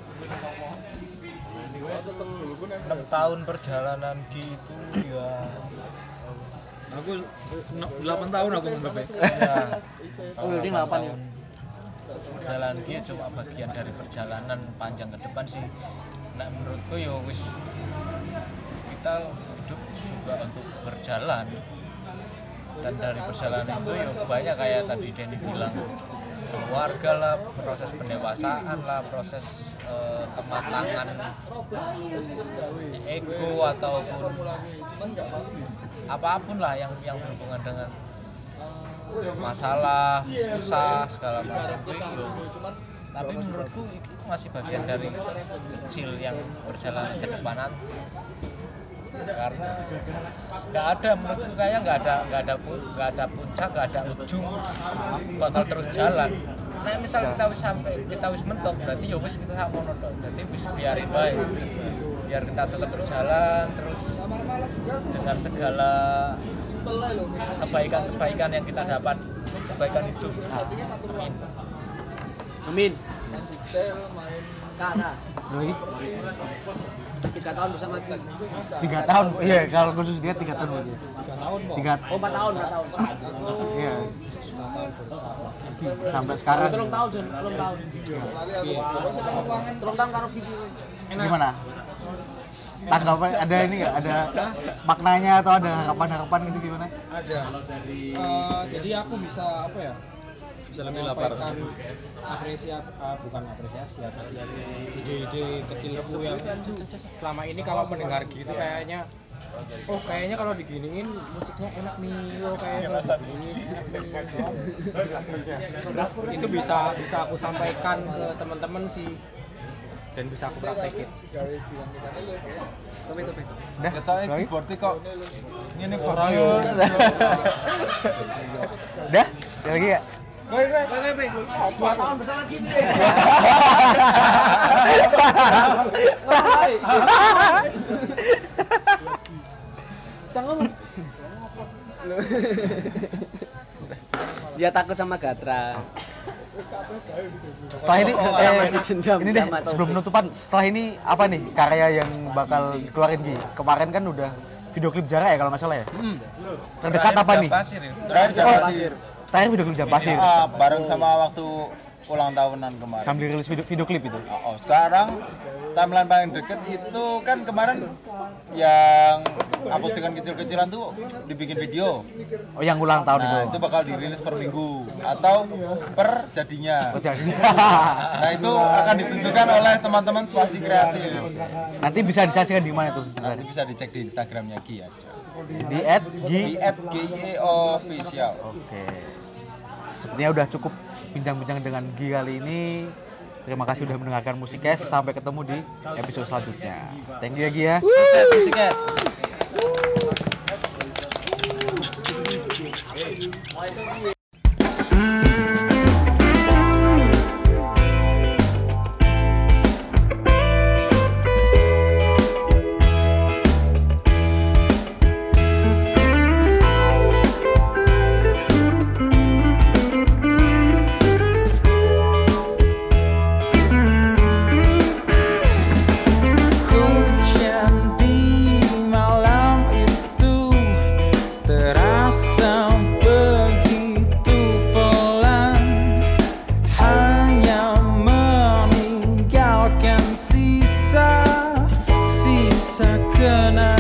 enam tahun perjalanan gitu ya. Aku delapan tahun aku menganggap ya. Ya. Oh, jadi delapan ya. Perjalanan gitu cuma bagian dari perjalanan panjang ke depan sih. Nah menurutku ya wis kita hidup juga untuk berjalan. Dan dari perjalanan itu ya banyak kayak tadi Denny bilang, keluarga lah, proses pendewasaan lah, proses eh, kematangan ego ataupun apapun lah yang yang berhubungan dengan masalah, susah segala macam itu. Tapi menurutku itu masih bagian dari kecil yang berjalan ke depan nanti. Karena nggak ada, menurutku kayak nggak ada nggak ada pun nggak ada puncak, nggak ada ujung, bakal terus jalan. Nah misal kita wis sampai kita wis mentok, berarti ya wis kita mau nonton, jadi wis biarin baik, biar kita tetap berjalan terus dengan segala kebaikan-kebaikan yang kita dapat, kebaikan hidup. Amin. Amin. Kak, kak. Lagi Tiga tahun bersama Gi. tiga tahun. Iya, kalau khusus dia tiga tahun aja. Tiga tahun. Oh, empat tahun, empat tahun. Iya. Sampai sekarang. Tolong tahu Jon, tolong tahu. Tolong tahu karo gigi. Gimana? Tanggapan ada ini nggak? Ada maknanya atau ada harapan-harapan gitu gimana? Ada. Eh, jadi aku bisa apa ya? Bisa lebih menyampaikan apresiasi, uh, bukan apresiasi, apa sih? Ide-ide kecilku yang selama ini kalau mendengar gitu kayaknya, oh kayaknya kalau diginiin musiknya enak nih, oh kayaknya kalau diginiin enak nih. Terus itu bisa bisa aku sampaikan ke teman-teman sih dan bisa aku praktekin. Tapi tapi. Udah. Kita keyboardnya kok ini kok. Udah? Ada lagi ya? Woi, woi, woi, woi. Dua tahun besar lagi nih. Jangan. Dia takut sama Gatra. Setelah ini Oh, eh, masih dendam, ini deh sama Taufik. sebelum penutupan, setelah ini apa nih karya yang bakal dikeluarin Gi? Kemarin kan udah video klip Jara ya kalau nggak salah ya? Terdekat apa nih? Pasir ya. Terakhir Jam Oh, Pasir. terakhir video klip Jam Pasir. Ah, bareng sama waktu ulang tahunan kemarin. Sambil rilis video, video klip itu. Oh, oh, sekarang timeline paling deket itu kan kemarin yang akustikan kecil-kecilan tuh dibikin video. Oh, yang ulang tahun Nah, itu. itu bakal dirilis per minggu atau per jadinya. Oh, jadi. Nah, itu akan ditentukan oleh teman-teman Spasi Kreatif. Nanti bisa disaksikan di mana tuh? Nanti bisa dicek di Instagramnya Gi aja. Di at Gi. Di at G Y Official. Oke. Sepertinya udah cukup bincang-bincang dengan Gi kali ini. Terima kasih sudah mendengarkan Musikes. Sampai ketemu di episode selanjutnya. Thank you ya Gi ya. Musikes. Hujan di malam itu terasa begitu pelan, hanya meninggalkan sisa-sisa kenangan.